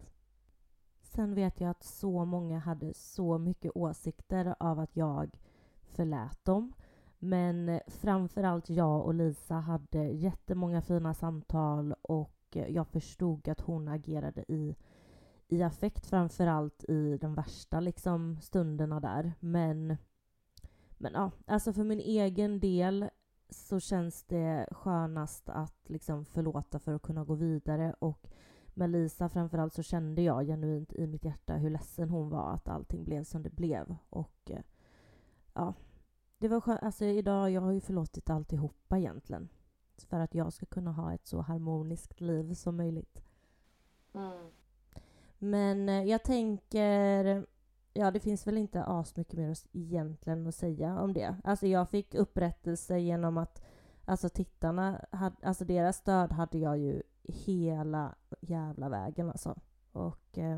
Sen vet jag att så många hade så mycket åsikter av att jag förlät dem. Men framförallt jag och Lisa hade jättemånga fina samtal. Och jag förstod att hon agerade i, i affekt. Framförallt i de värsta liksom, stunderna där. Men... Men ja, alltså för min egen del så känns det skönast att liksom förlåta för att kunna gå vidare. Och med Lisa framförallt så kände jag genuint i mitt hjärta hur ledsen hon var att allting blev som det blev. Och ja, det var skönt. Alltså idag, jag har ju förlåtit alltihopa egentligen. För att jag ska kunna ha ett så harmoniskt liv som möjligt. Mm. Men jag tänker... Ja, det finns väl inte as mycket mer egentligen att säga om det. Alltså jag fick upprättelse genom att alltså tittarna, hade, alltså deras stöd hade jag ju hela jävla vägen alltså. Och eh,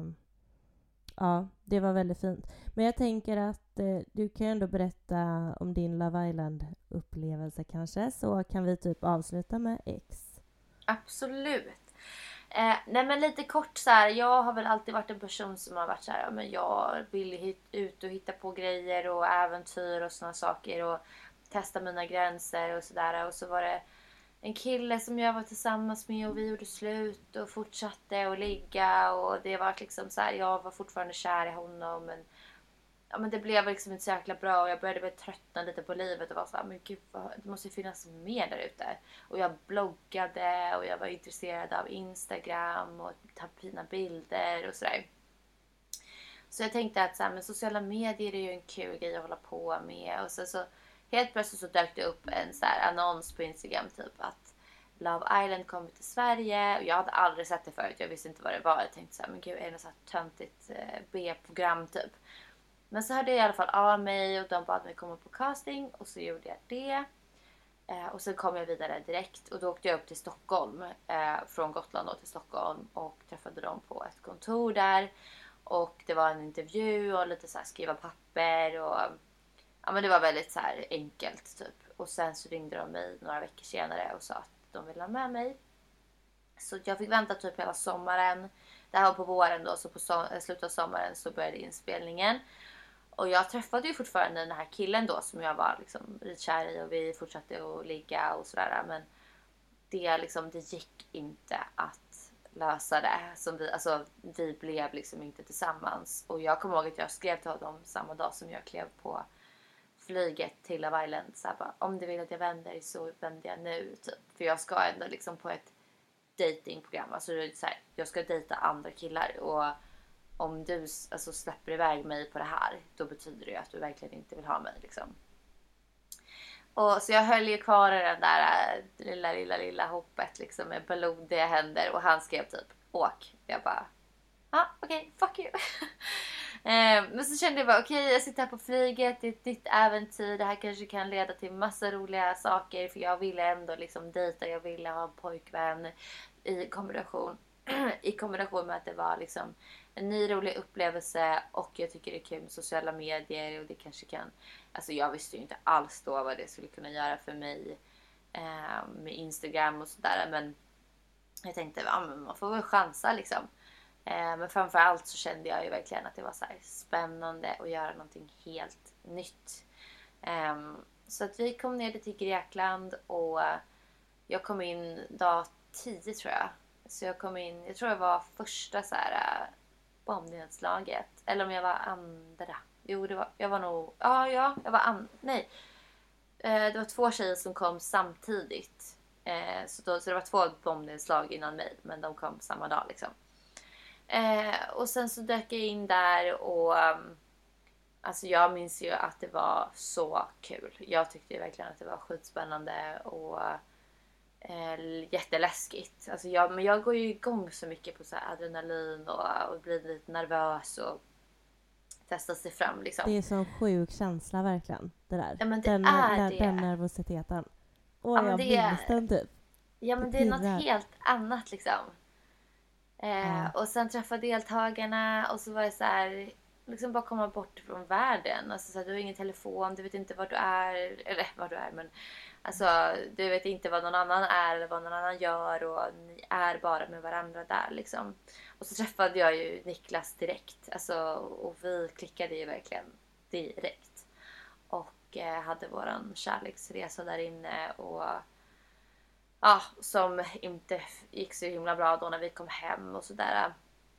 ja, det var väldigt fint. Men jag tänker att eh, du kan ändå berätta om din Love Island-upplevelse kanske. Så kan vi typ avsluta med X. Absolut. Eh, nej men lite kort så här, jag har väl alltid varit en person som har varit så här, men jag vill hit, ut och hitta på grejer och äventyr och såna saker och testa mina gränser och sådär. Och så var det en kille som jag var tillsammans med och vi gjorde slut och fortsatte att ligga och det var liksom så här, jag var fortfarande kär i honom men ja, men det blev liksom inte så jäkla bra och jag började väl tröttna lite på livet och var så här, men gud, vad, det måste ju finnas mer där ute. Och jag bloggade och jag var intresserad av Instagram och ta fina bilder och sådär. Så jag tänkte att så här, men sociala medier är ju en kul grej att hålla på med. Och så, så helt plötsligt så dök det upp en så här annons på Instagram typ att Love Island kommer till Sverige. Och jag hade aldrig sett det förut, jag visste inte vad det var. Jag tänkte så här, men gud, är det något så här töntigt eh, B-program typ. Men så hörde jag i alla fall av mig och de bad mig komma på casting och så gjorde jag det. Eh, och sen kom jag vidare direkt och då åkte jag upp till Stockholm. Eh, från Gotland då till Stockholm och träffade dem på ett kontor där. Och det var en intervju och lite så här skriva papper och ja men det var väldigt så här enkelt typ. Och sen så ringde de mig några veckor senare och sa att de ville ha med mig. Så jag fick vänta typ hela sommaren. Det här var på våren då, så på so- slutet av sommaren så började inspelningen. Och jag träffade ju fortfarande den här killen då som jag var liksom kär i och vi fortsatte att ligga och sådär. Men det, liksom, det gick inte att lösa det. Som vi, alltså, vi blev liksom inte tillsammans. Och jag kommer ihåg att jag skrev till honom samma dag som jag klev på flyget till Love Island. Så här, bara, om du vill att jag vänder så vänder jag nu. Typ. För jag ska ändå liksom på ett datingprogram. Alltså, så här, jag ska dejta andra killar och om du alltså, släpper iväg mig på det här, då betyder det att du verkligen inte vill ha mig. Liksom. Och så jag höll ju kvar i den där lilla, lilla, lilla hoppet liksom, med blodiga händer. Och han skrev typ, åk. Jag bara, ja, ah, okej, okay, fuck you. eh, men så kände jag bara, okej, okay, jag sitter här på flyget, det är ett nytt äventyr. Det här kanske kan leda till massa roliga saker. För jag ville ändå liksom dejta, jag ville ha en pojkvän i kombination. I kombination med att det var liksom en ny rolig upplevelse och jag tycker det är kul med sociala medier och det kanske kan, alltså jag visste ju inte alls då vad det skulle kunna göra för mig eh, med Instagram och sådär, men jag tänkte, ja, men man får väl chansa liksom. Eh, men framförallt så kände jag ju verkligen att det var så här spännande att göra någonting helt nytt. Eh, så att vi kom ner till Grekland och jag kom in dag tio tror jag. Så jag kom in, jag tror jag var första så här äh, bombnedslaget. Eller om jag var andra. Jo, det var, jag var nog, ja, ja, jag var an, nej. Eh, det var två tjejer som kom samtidigt. Eh, så, då, så det var två bombnedslag innan mig, men de kom samma dag liksom. Eh, och sen så dök jag in där och um, alltså jag minns ju att det var så kul. Jag tyckte ju verkligen att det var skitspännande och eh, jätteläskigt. Alltså jag, men jag går ju igång så mycket på så här adrenalin och, och blir lite nervös och testar sig fram liksom. Det är så sjuk känsla verkligen, det där. Ja, men det den, är den, det. den nervositeten. Åh, Ja, men jag det- minns den typ. Ja, men Det det är något pirrar. helt annat liksom. Eh, Ja. Och sen träffa deltagarna och så var det så här, liksom bara komma bort från världen. Alltså så här, du har ingen telefon, du vet inte var du är, eller var du är, men alltså du vet inte vad någon annan är eller vad någon annan gör och ni är bara med varandra där liksom. Och så träffade jag ju Niklas direkt, alltså, och vi klickade ju verkligen direkt. Och eh, hade våran kärleksresa där inne och ja, som inte gick så himla bra då när vi kom hem och sådär.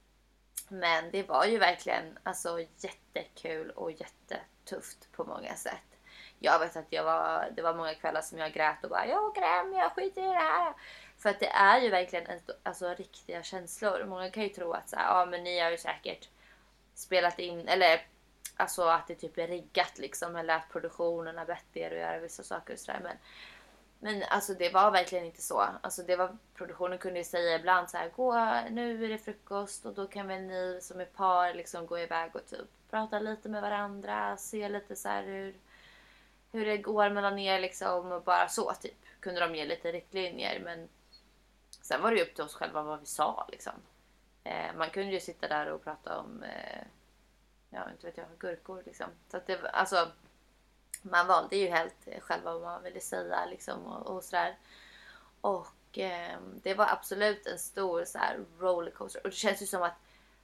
Men det var ju verkligen alltså jättekul och jättetufft på många sätt. Jag vet att jag var, det var många kvällar som jag grät och bara jag åker hem, jag skiter i det här. För att det är ju verkligen en, alltså, riktiga känslor. Många kan ju tro att så här, ja men ni har ju säkert spelat in, eller alltså att det typ är riggat liksom, eller att produktionen har bett er att göra vissa saker och sådär. Men Men alltså det var verkligen inte så. Alltså det var, produktionen kunde ju säga ibland så här, gå, nu är det frukost och då kan väl ni som är par liksom gå iväg och typ prata lite med varandra, se lite så här hur, hur det går mellan er liksom och bara så typ. Kunde de ge lite riktlinjer, men sen var det ju upp till oss själva vad vi sa liksom. Eh, man kunde ju sitta där och prata om, eh, ja inte vet jag, gurkor liksom. Så att det, alltså man valde ju helt själva vad man ville säga liksom och, och sådär. Och eh, det var absolut en stor så här rollercoaster. Och det känns ju som att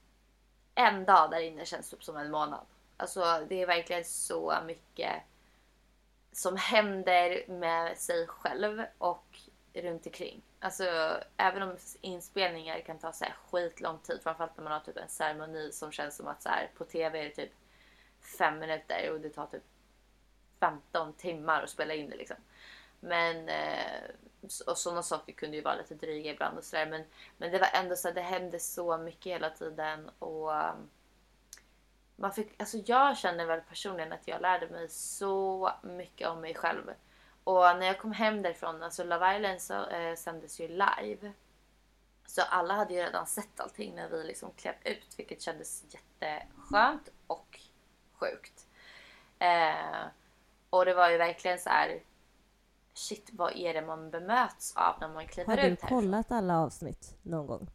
en dag där inne känns typ som en månad. Alltså det är verkligen så mycket som händer med sig själv och runt omkring. Alltså även om inspelningar kan ta så här skitlång tid. Framförallt när man har typ en ceremoni som känns som att så här, på tv är det typ fem minuter och det tar typ femton timmar att spela in det liksom. Men eh, och sådana saker kunde ju vara lite dryga ibland och sådär, men, men det var ändå så att det hände så mycket hela tiden och um, man fick, alltså jag känner väl personligen att jag lärde mig så mycket om mig själv. Och när jag kom hem därifrån, alltså Love Island så, eh, sändes ju live. Så alla hade ju redan sett allting när vi liksom klev ut, vilket kändes jätteskönt och sjukt. Eh, och det var ju verkligen så här, shit, vad är det man bemöts av när man kliver Har du ut härifrån? kollat alla avsnitt någon gång?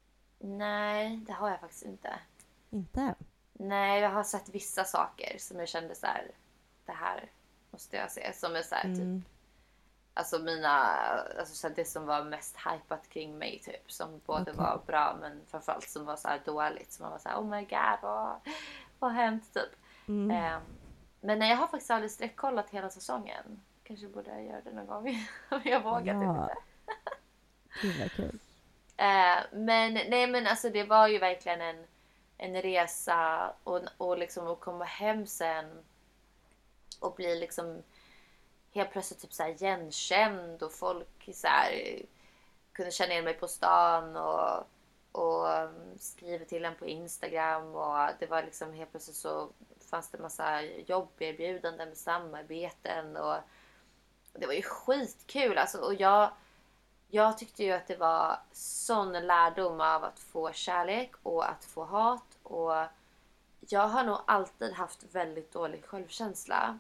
Nej, det har jag faktiskt inte. Inte än? Nej, jag har sett vissa saker som jag kände så här, det här måste jag se. Som är så här, Mm. typ, alltså mina, alltså så här, det som var mest hypat kring mig typ. Som både Okej. var bra men framförallt som var så här dåligt. Som man var så här, oh my god, vad, vad har hänt typ. Mm. Ehm, men nej, jag har faktiskt aldrig sträckkollat hela säsongen. Kanske borde jag göra det någon gång. Men jag vågar typ Ja. inte. Gud vad kul. Eh, men nej, men alltså det var ju verkligen en, en resa och, och liksom att komma hem sen och bli liksom helt plötsligt typ så här igenkänd och folk så här kunde känna igen mig på stan och, och um, skriver till en på Instagram och det var liksom helt plötsligt så fanns det massa jobberbjudanden med samarbeten och, och det var ju skitkul alltså. Och jag Jag tyckte ju att det var sån lärdom av att få kärlek och att få hat. Och jag har nog alltid haft väldigt dålig självkänsla.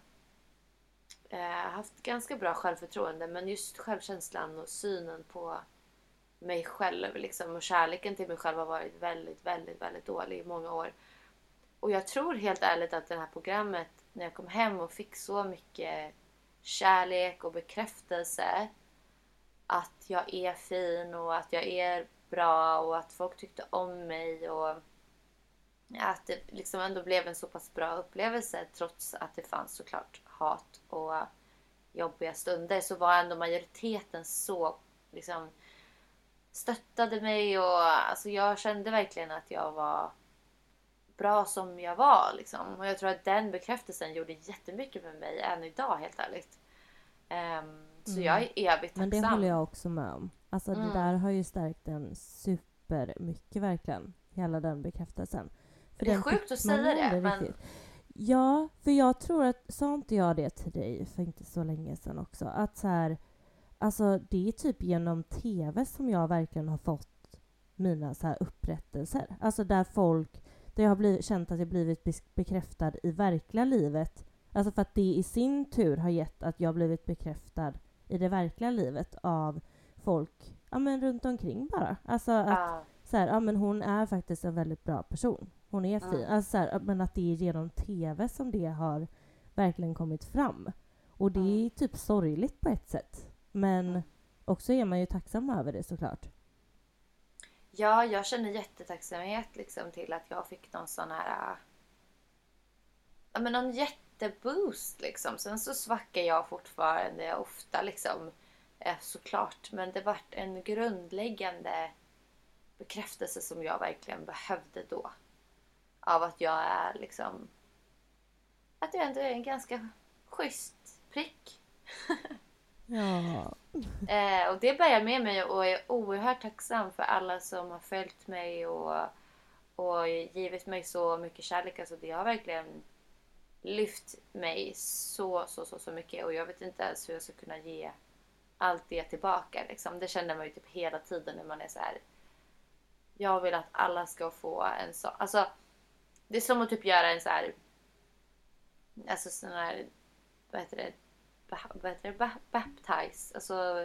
Jag har haft ganska bra självförtroende, men just självkänslan och synen på mig själv liksom, och kärleken till mig själv har varit väldigt, väldigt, väldigt dålig i många år. Och jag tror helt ärligt att det här programmet, när jag kom hem och fick så mycket kärlek och bekräftelse att jag är fin och att jag är bra och att folk tyckte om mig och att det liksom ändå blev en så pass bra upplevelse trots att det fanns såklart hat och jobbiga stunder, så var ändå majoriteten så liksom stöttade mig och alltså jag kände verkligen att jag var bra som jag var liksom. Och jag tror att den bekräftelsen gjorde jättemycket för mig än idag, helt ärligt. Um, så mm. jag är evigt tacksam. Men det håller jag också med om. Alltså Mm. det där har ju stärkt en super mycket verkligen. Hela den bekräftelsen. För Det är den sjukt fick att man säga det, aldrig men- riktigt. Ja, för jag tror att, sa inte jag det till dig för inte så länge sedan också, att så här, alltså det är typ genom tv som jag verkligen har fått mina så här upprättelser. Alltså där folk, där jag har blivit, känt att jag blivit bes- bekräftad i verkliga livet. Alltså för att det i sin tur har gett att jag blivit bekräftad i det verkliga livet av folk, ja men runt omkring bara. Alltså att Ja. så här, ja men hon är faktiskt en väldigt bra person. Hon är fin. Mm. Alltså så här, men att det är genom tv som det har verkligen kommit fram. Och det är Mm. typ sorgligt på ett sätt. Men Mm. också är man ju tacksam över det såklart. Ja, jag känner jättetacksamhet liksom till att jag fick någon sån här, äh, ja men någon jätteboost liksom. Sen så svackar jag fortfarande ofta liksom, eh, såklart. Men det vart en grundläggande bekräftelse som jag verkligen behövde då. Av att jag är liksom, att jag ändå är en ganska schysst prick. Ja. Eh, och det bär jag med mig och är oerhört tacksam för alla som har följt mig och, och givit mig så mycket kärlek. Alltså det har verkligen lyft mig så, så, så, så mycket. Och jag vet inte ens hur jag ska kunna ge allt det tillbaka. Liksom. Det känner man ju typ hela tiden när man är så här. Jag vill att alla ska få en så. Alltså det är som att typ göra en så här. Alltså sån här, vad heter det? Vad heter det? Ba- baptize. Alltså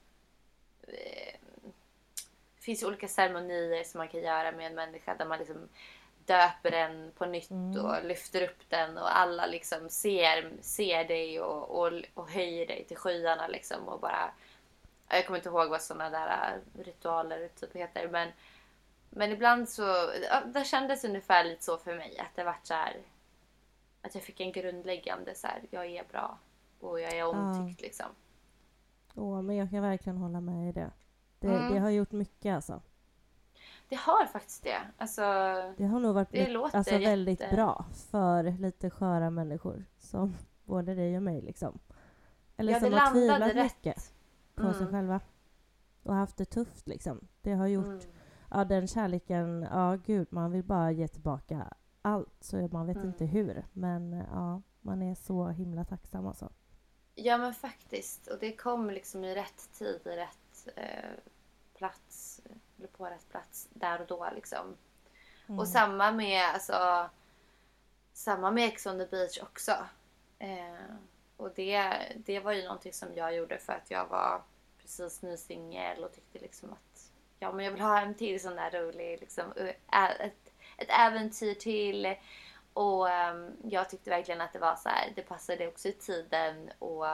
eh, det finns ju olika ceremonier som man kan göra med en människa där man liksom döper den på nytt Mm. och lyfter upp den och alla liksom ser, ser dig och, och, och höjer dig till skyarna liksom och bara, jag kommer inte ihåg vad sådana där ritualer typ heter, men men ibland så, ja, det kändes ungefär lite så för mig, att det var så här, att jag fick en grundläggande så här, jag är bra och jag är omtyckt Ja. liksom. Åh, men jag kan verkligen hålla med i det. Det, Mm. det har gjort mycket alltså. Det har faktiskt det. Alltså, Det har nog varit Det mycket- låter alltså, väldigt jätte- bra för lite sköra människor som både dig och mig liksom. Eller ja, det som har landade tvivlat rätt. mycket på sig Mm. själva. Och haft det tufft liksom. Det har gjort, Mm. ja den kärleken, ja gud man vill bara ge tillbaka allt. Så man vet Mm. inte hur. Men ja, man är så himla tacksam alltså. Ja men faktiskt. Och det kom liksom i rätt tid, i rätt eh, plats. Eller på rätt plats där och då liksom. Mm. Och samma med, alltså, samma med Ex on the beach också. Eh, och det, det var ju någonting som jag gjorde för att jag var precis ny singel och tyckte liksom att ja, men jag vill ha en till sån där rolig, liksom, ä- ett, ett äventyr till. Och um, jag tyckte verkligen att det var så här, det passade också i tiden och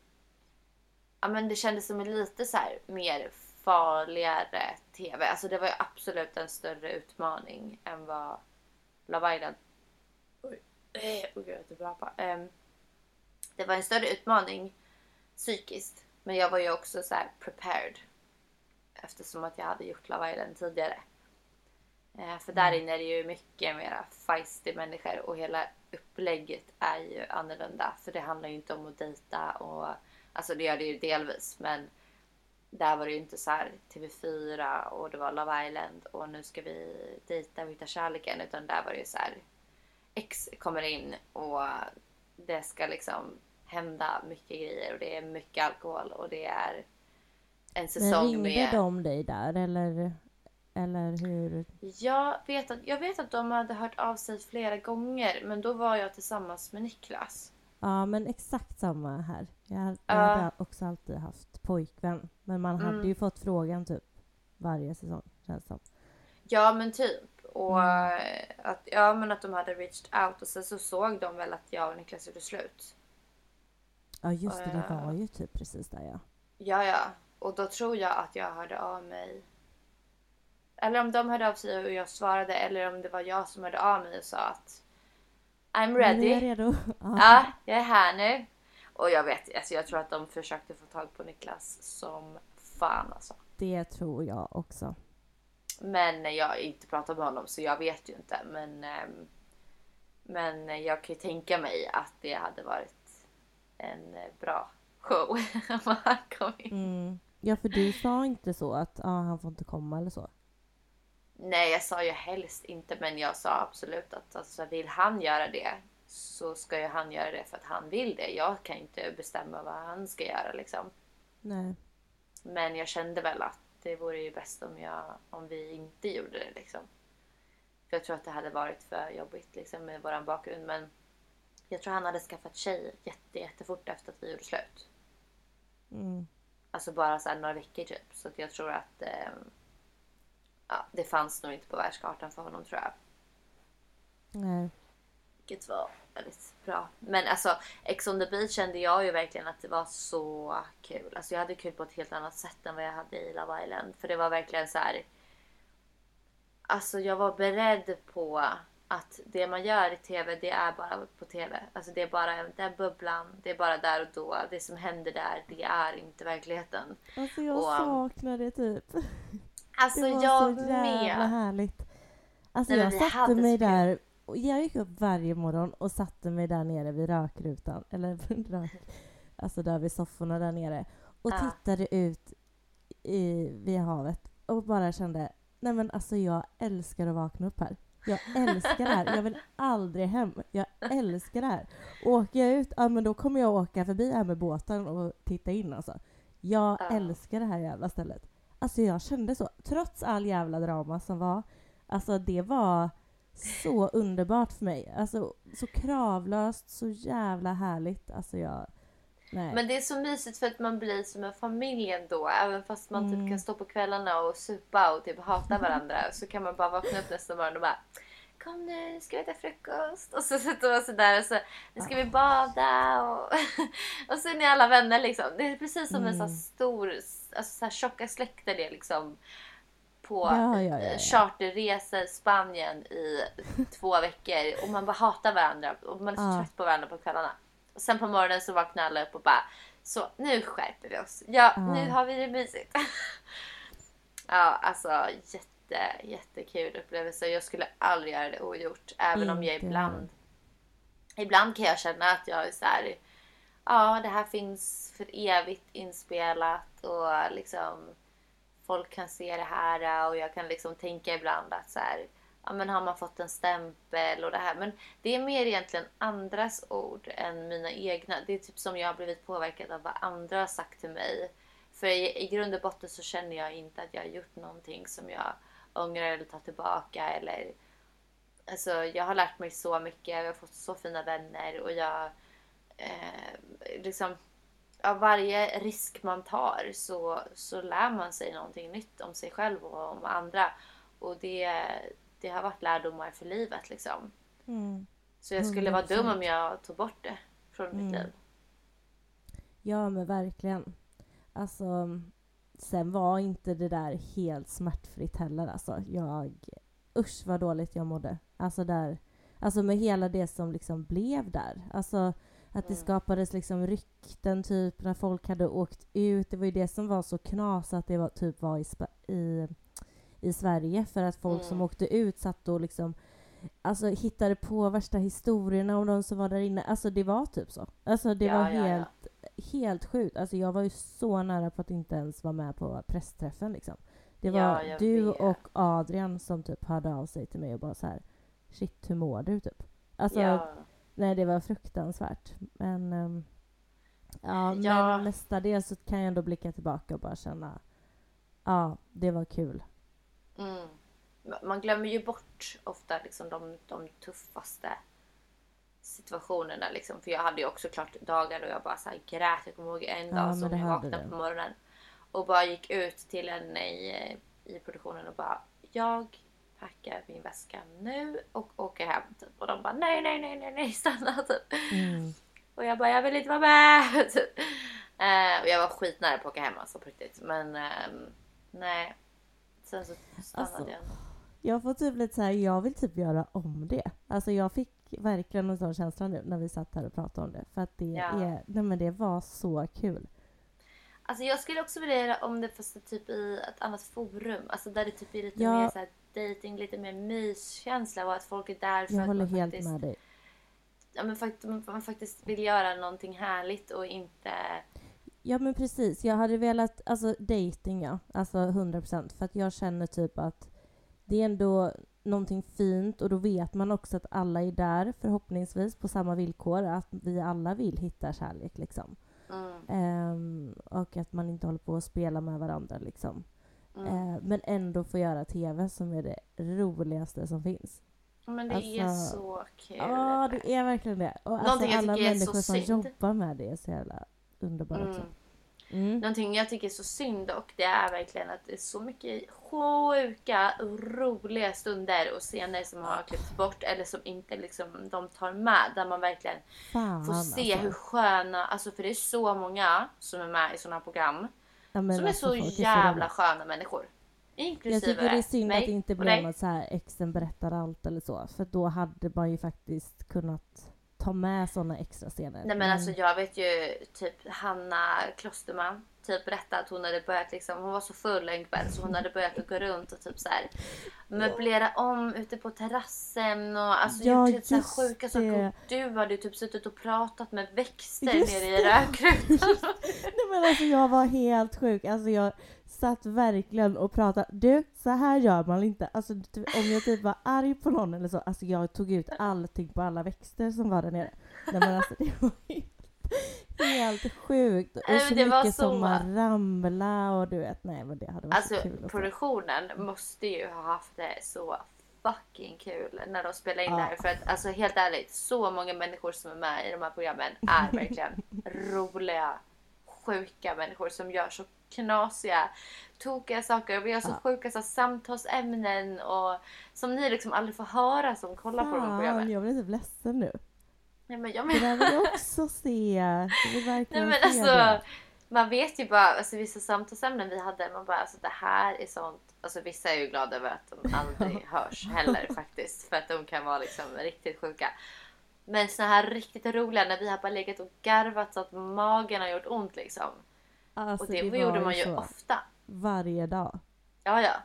ja, men det kändes som en lite så här mer farligare tv. Alltså det var ju absolut en större utmaning än vad Love Island. Oj, eh, oh, gud, jag är inte bra på. Um, det var en större utmaning psykiskt, men jag var ju också så här prepared eftersom att jag hade gjort Love Island tidigare. Eh, för där inne är det ju mycket mera feisty människor och hela upplägget är ju annorlunda. För det handlar ju inte om att dejta och alltså det gör det ju delvis, men där var det ju inte så här T V fyra och det var Love Island och nu ska vi dejta och hitta kärleken, utan där var det ju så här X kommer in och det ska liksom hända mycket grejer och det är mycket alkohol och det är en Men säsong ringde med... de dig där eller, eller hur? Jag vet, att, jag vet att de hade hört av sig flera gånger, men då var jag tillsammans med Niklas. Ja, men exakt samma här. Jag, jag Ja. hade också alltid haft pojkvän. Men man hade Mm. ju fått frågan typ varje säsong, känns som. Ja men typ. Och Mm. eh, att, ja, men att de hade reached out och sen så såg de väl att jag och Niklas gjorde slut. Ja, just det. Det Ja. var ju typ precis där, ja. Ja ja. Och då tror jag att jag hörde av mig. Eller om de hörde av sig och jag svarade, eller om det var jag som hörde av mig och sa att I'm Men nu är jag ready. redo. Ja. Ja, jag är här nu. Och jag vet, alltså jag tror att de försökte få tag på Niklas som fan alltså. Det tror jag också. Men jag har inte pratat med honom så jag vet ju inte. Men, ähm, men jag kan ju tänka mig att det hade varit en bra show om han kom in. Mm. Ja, för du sa inte så att ah, han får inte komma eller så. Nej, jag sa ju helst inte, men jag sa absolut att alltså, vill han göra det så ska ju han göra det för att han vill det. Jag kan inte bestämma vad han ska göra liksom. Nej. Men jag kände väl att det vore ju bäst om, jag, om vi inte gjorde det liksom. För jag tror att det hade varit för jobbigt liksom, med våran bakgrund. Men jag tror han hade skaffat tjej jätte, jättefort efter att vi gjorde slut. Mm. Alltså bara så här några veckor typ. Så att jag tror att eh, ja, det fanns nog inte på världskartan för honom tror jag. Nej. Vilket var väldigt bra. Men alltså Ex on the Beach kände jag ju verkligen att det var så kul. Alltså jag hade kul på ett helt annat sätt än vad jag hade i Love Island. För det var verkligen så här. Alltså jag var beredd på att det man gör i tv, det är bara på tv. Alltså det är bara den bubblan, det är bara där och då. Det som händer där, det är inte verkligen. Alltså jag och, saknar det typ. Alltså det var jag så jävla med. härligt. Alltså Nej, jag vi satte hade mig så kul. där. Och jag gick upp varje morgon och satte mig där nere vid rökrutan. Eller rök, alltså där vid sofforna där nere. Och Ja. tittade ut i, vid havet. Och bara kände, nej men alltså jag älskar att vakna upp här. Jag älskar det här. Jag vill aldrig hem. Jag älskar det här. Åker jag ut, ja men då kommer jag åka förbi här med båten och titta in alltså. Jag Ja. älskar det här jävla stället. Alltså jag kände så. Trots all jävla drama som var. Alltså det var så underbart för mig. Alltså så kravlöst, så jävla härligt. Alltså jag... Nej. Men det är så mysigt för att man blir som en familj ändå. Även fast man Mm. typ kan stå på kvällarna och supa och typ hata varandra. Så kan man bara vakna upp nästa morgon och bara kom nu, ska vi äta frukost? Och så sitter man sådär och så nu ska vi bada. Och, och så är ni alla vänner liksom. Det är precis som en sån här stor, alltså så här tjocka släkter det liksom. På Ja, ja, ja, ja. charterresor i Spanien i två veckor. Och man bara hatar varandra. Och man är så Ja. trött på varandra på kvällarna. Och sen på morgonen så vaknar alla upp och bara så nu skärper vi oss. Ja, Ja. nu har vi det mysigt. Ja, alltså jätte, jättekul upplevelse. Jag skulle aldrig göra det ogjort. Även om jag Inte ibland ibland kan jag känna att jag är så här. Ja, det här finns för evigt inspelat. Och liksom folk kan se det här. Och jag kan liksom tänka ibland att så här. Ja, men har man fått en stämpel och det här. Men det är mer egentligen andras ord än mina egna. Det är typ som jag har blivit påverkad av vad andra har sagt till mig. För i, i grund och botten så känner jag inte att jag har gjort någonting som jag ångrar eller tar tillbaka. Eller, alltså, jag har lärt mig så mycket. Jag har fått så fina vänner. Och jag eh, liksom av varje risk man tar så, så lär man sig någonting nytt om sig själv och om andra. Och det Det har varit lärdomar för livet liksom. Mm. Så jag skulle vara dum om jag tog bort det från mitt Mm. liv. Ja, men verkligen. Alltså, sen var inte det där helt smärtfritt heller. Alltså, jag... Usch vad dåligt jag mådde. Alltså där... Alltså med hela det som liksom blev där. Alltså att det Mm. skapades liksom rykten typ när folk hade åkt ut. Det var ju det som var så knas att det var, typ var i, Sp- i, i Sverige. För att folk Mm. som åkte ut satt och liksom alltså hittade på värsta historierna om de som var där inne. Alltså det var typ så. Alltså det Ja, var ja, helt, helt sjukt. Alltså jag var ju så nära på att inte ens vara med på pressträffen liksom. Det var Ja, jag du vet. och Adrian som typ hörde av sig till mig och bara så här: shit, hur mår du typ? Alltså, Ja. nej det var fruktansvärt. Men um, ja, Ja. men mestadels så kan jag ändå blicka tillbaka och bara känna ja, det var kul. Mm. Man glömmer ju bort ofta liksom de, de tuffaste situationerna liksom. För jag hade ju också klart dagar då jag bara så här grät. Jag kommer ihåg en Ja, dag men som det jag hade vaknade du. på morgonen och bara gick ut till en i, i produktionen och bara jag packar min väska nu och åker hem typ. Och de bara nej nej nej nej nej stanna typ. Mm. Och jag bara jag vill inte vara med typ. Eh, och jag var skitnära på att åka hem alltså på riktigt. Men ehm, nej. Sen så stannade Alltså, jag. Jag får typ lite så här, jag vill typ göra om det. Alltså jag fick verkligen en sån känsla nu när vi satt här och pratade om det. För att det Ja. är, nej men det var så kul. Alltså jag skulle också vilja göra om det fast typ i ett annat forum. Alltså där det typ är lite Ja. mer så här dating, lite mer myskänsla och att folk är där för Jag att håller man helt faktiskt, med dig. ja, men fakt- man, man faktiskt vill göra någonting härligt och inte... Ja men precis, jag hade velat, alltså dating ja, alltså hundra procent. För att jag känner typ att det är ändå någonting fint och då vet man också att alla är där förhoppningsvis på samma villkor. Att vi alla vill hitta kärlek liksom. Mm. Ehm, och att man inte håller på att spela med varandra liksom. Mm. Ehm, men ändå få göra tv som är det roligaste som finns. Men det är Alltså, så kul. Ja, det är verkligen det. Och alltså, Någonting jag alla tycker är människor så som synd. jobbar med det är så jävla underbara Mm. också. Mm. Någonting jag tycker är så synd och det är verkligen att det är så mycket sjuka, roliga stunder och scener som har klippts bort eller som inte liksom de tar med. Där man verkligen Fan, får se alltså. hur sköna, alltså för det är så många som är med i sådana program Ja, men som är alltså, så folk är så jävla roliga. sköna människor. Jag Inklusive tycker det är synd mig att det inte och blev dig. något så här exen berättar allt eller så. För då hade man ju faktiskt kunnat ta med sådana extra scener. Nej men alltså jag vet ju typ Hanna Klosterman typ berättade att hon hade börjat liksom, hon var så full en kväll så hon hade börjat att gå runt och typ så här möblera om ute på terrassen och alltså Ja, gjort helt så här just sjuka det. saker. Och du hade ju typ suttit och pratat med växter Just nere i det. rökrutan. Nej men alltså jag var helt sjuk. Alltså jag satt verkligen och pratade. Du, så här gör man inte. Alltså typ, om jag typ var arg på någon eller så. Alltså jag tog ut allting på alla växter som var där nere. Nej men alltså det var helt, helt sjukt. Och Nej, så men det var mycket så- som har ramlat och du vet. Nej men det hade varit Alltså så kul. att se. produktionen måste ju ha haft det så fucking kul när de spelar in Ja. det här. För att alltså helt ärligt, så många människor som är med i de här programmen är verkligen roliga, sjuka människor som gör så knasiga, tokiga saker. Och vi har så Ja. sjuka så här, samtalsämnen och som ni liksom aldrig får höra som kollar på de här Fan, programmen. jag blir typ ledsen nu. Nej men jag Det menar... där vill jag också se. Jag vill Nej verkligen men se alltså, det. man vet ju bara, alltså vissa samtalsämnen vi hade, man bara alltså det här är sånt, alltså vissa är ju glada över att de aldrig hörs heller faktiskt, för att de kan vara liksom riktigt sjuka. Men så här riktigt roliga när vi har bara legat och garvat så att magen har gjort ont liksom. Alltså, Och det, var gjorde man ju så. ofta. Varje dag. Ja ja,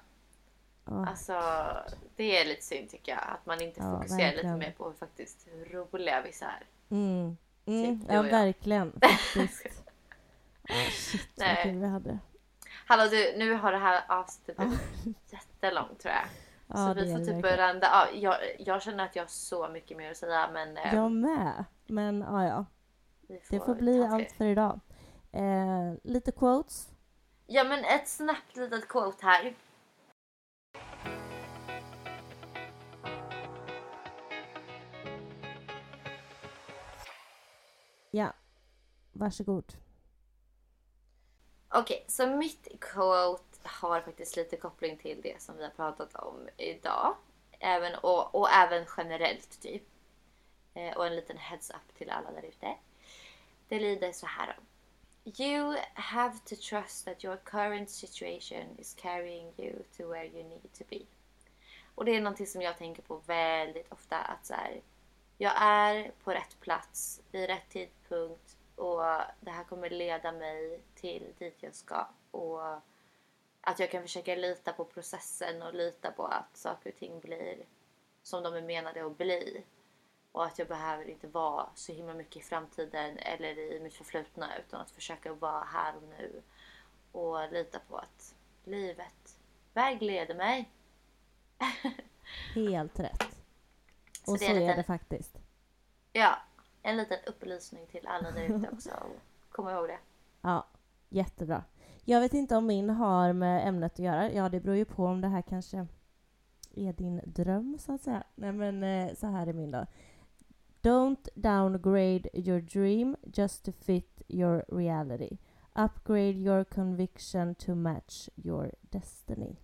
Ja. alltså det är lite synd tycker jag, att man inte Ja, fokuserar verkligen. lite mer på hur faktiskt hur roliga vissa är. Mm. Mm. Typ du Ja, och jag. verkligen. Faktiskt. Ja, shit vad Nej. kul vi hade. Hallå du, nu har det här avsnittet blivit jättelångt tror jag. Ja, Så det vi är får det typ verkligen. börja randa av. Jag, jag känner att jag har så mycket mer att säga men eh, Jag med. Men ja, ja. vi får Det får bli ta fler. allt för idag. Eh, lite quotes. Ja men ett snabbt litet quote här. Ja. Varsågod. Okej, så mitt quote har faktiskt lite koppling till det som vi har pratat om idag. Även, och, och även generellt typ. Eh, och en liten heads up till alla där ute. Det lyder så här då. You have to trust that your current situation is carrying you to where you need to be. Och det är någonting som jag tänker på väldigt ofta. Att så här, jag är på rätt plats vid rätt tidpunkt. Och det här kommer leda mig till dit jag ska. Och att jag kan försöka lita på processen och lita på att saker och ting blir som de är menade att bli. Och att jag behöver inte vara så himla mycket i framtiden eller i mitt förflutna. Utan att försöka vara här och nu. Och lita på att livet vägleder mig. Helt rätt. Så Och det så är är, lite- det faktiskt. Ja, en liten upplysning till alla där ute också. Kom ihåg det. Ja, jättebra. Jag vet inte om min har med ämnet att göra. Ja, det beror ju på om det här kanske är din dröm så att säga. Nej men eh, så här är min då. Don't downgrade your dream just to fit your reality. Upgrade your conviction to match your destiny.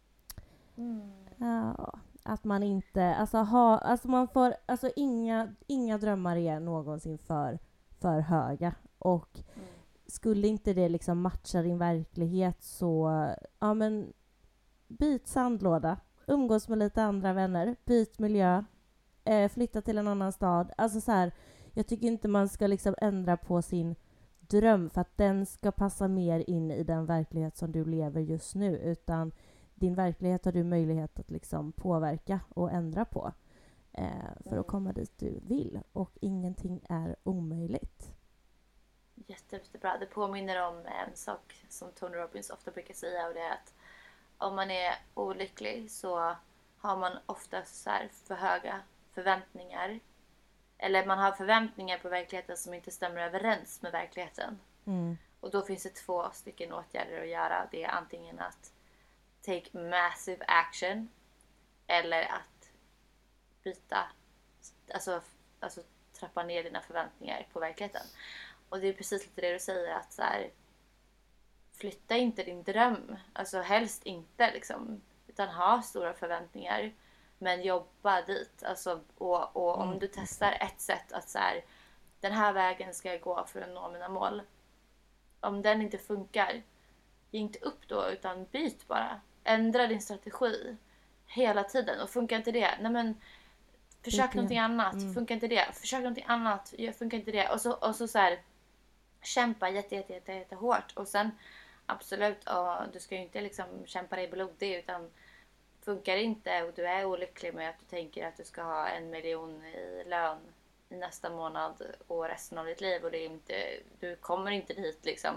Ja, att man inte, alltså ha, alltså man får, alltså inga, inga drömmar är någonsin för, för höga. Och Mm. skulle inte det liksom matcha din verklighet så, ja men byt sandlåda, umgås med lite andra vänner, byt miljö, eh, flytta till en annan stad. Alltså så här, jag tycker inte man ska liksom ändra på sin dröm för att den ska passa mer in i den verklighet som du lever just nu, utan din verklighet har du möjlighet att liksom påverka och ändra på eh, för att komma dit du vill, och ingenting är omöjligt. Jätte, jättebra. Det påminner om en sak som Tony Robbins ofta brukar säga, och det är att om man är olycklig så har man ofta så här för höga förväntningar. Eller man har förväntningar på verkligheten som inte stämmer överens med verkligheten. Mm. Och då finns det två stycken åtgärder att göra. Det är antingen att take massive action eller att byta, alltså, alltså trappa ner dina förväntningar på verkligheten. Och det är precis lite det du säger, att så här, flytta inte din dröm. Alltså helst inte liksom, utan ha stora förväntningar. Men jobba dit. Alltså, och, och om du testar ett sätt att så här, den här vägen ska jag gå för att nå mina mål. Om den inte funkar, ge inte upp då, utan byt bara. Ändra din strategi hela tiden. Och funkar inte det, nej men försök det. någonting annat. Mm. Funkar inte det, försök någonting annat. Funkar inte det. Och så, och så, så här, kämpa jätte, jätte, jätte, jätte hårt. Och sen absolut, och du ska ju inte liksom kämpa dig blodig, utan funkar det inte och du är olycklig med att du tänker att du ska ha en miljon i lön i nästa månad och resten av ditt liv, och det är inte, du kommer inte dit liksom,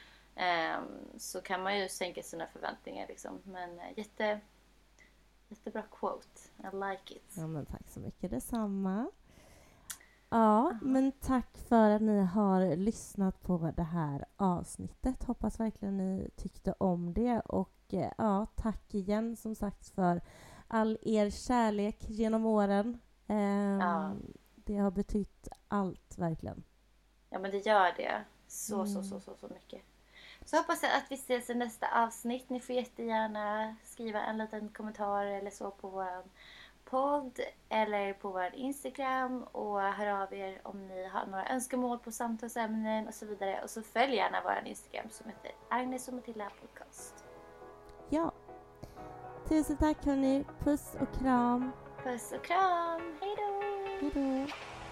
um, så kan man ju sänka sina förväntningar liksom. Men jätte, jättebra quote. I like it. Ja, men tack så mycket, detsamma. Ja, uh-huh. Men tack för att ni har lyssnat på det här avsnittet. Hoppas verkligen ni tyckte om det. Och eh, ja, tack igen som sagt för all er kärlek genom åren. Um, uh. Det har betytt allt, verkligen. Ja, men det gör det. Så, mm. så, så, så, så mycket. Så hoppas jag att vi ses i nästa avsnitt. Ni får jättegärna skriva en liten kommentar eller så på vår podd eller på vår Instagram, och hör av er om ni har några önskemål på samtalsämnen och så vidare. Och så följ gärna vår Instagram som heter Agnes och Matilda Podcast. Ja. Tusen tack hörni. Puss och kram. Puss och kram. Hej då. Hej då.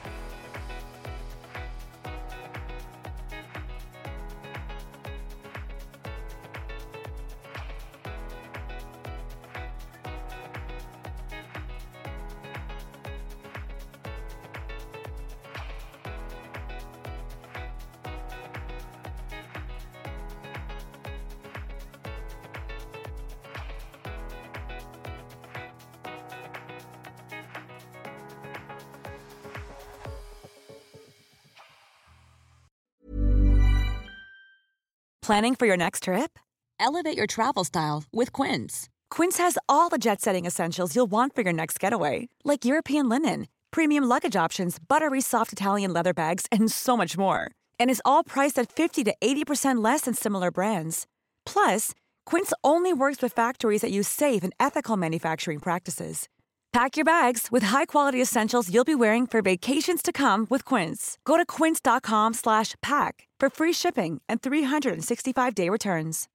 Planning for your next trip? Elevate your travel style with Quince. Quince has all the jet-setting essentials you'll want for your next getaway, like European linen, premium luggage options, buttery soft Italian leather bags, and so much more. And is all priced at fifty to eighty percent less than similar brands. Plus, Quince only works with factories that use safe and ethical manufacturing practices. Pack your bags with high-quality essentials you'll be wearing for vacations to come with Quince. Go to quince.com slash pack for free shipping and three sixty-five day returns.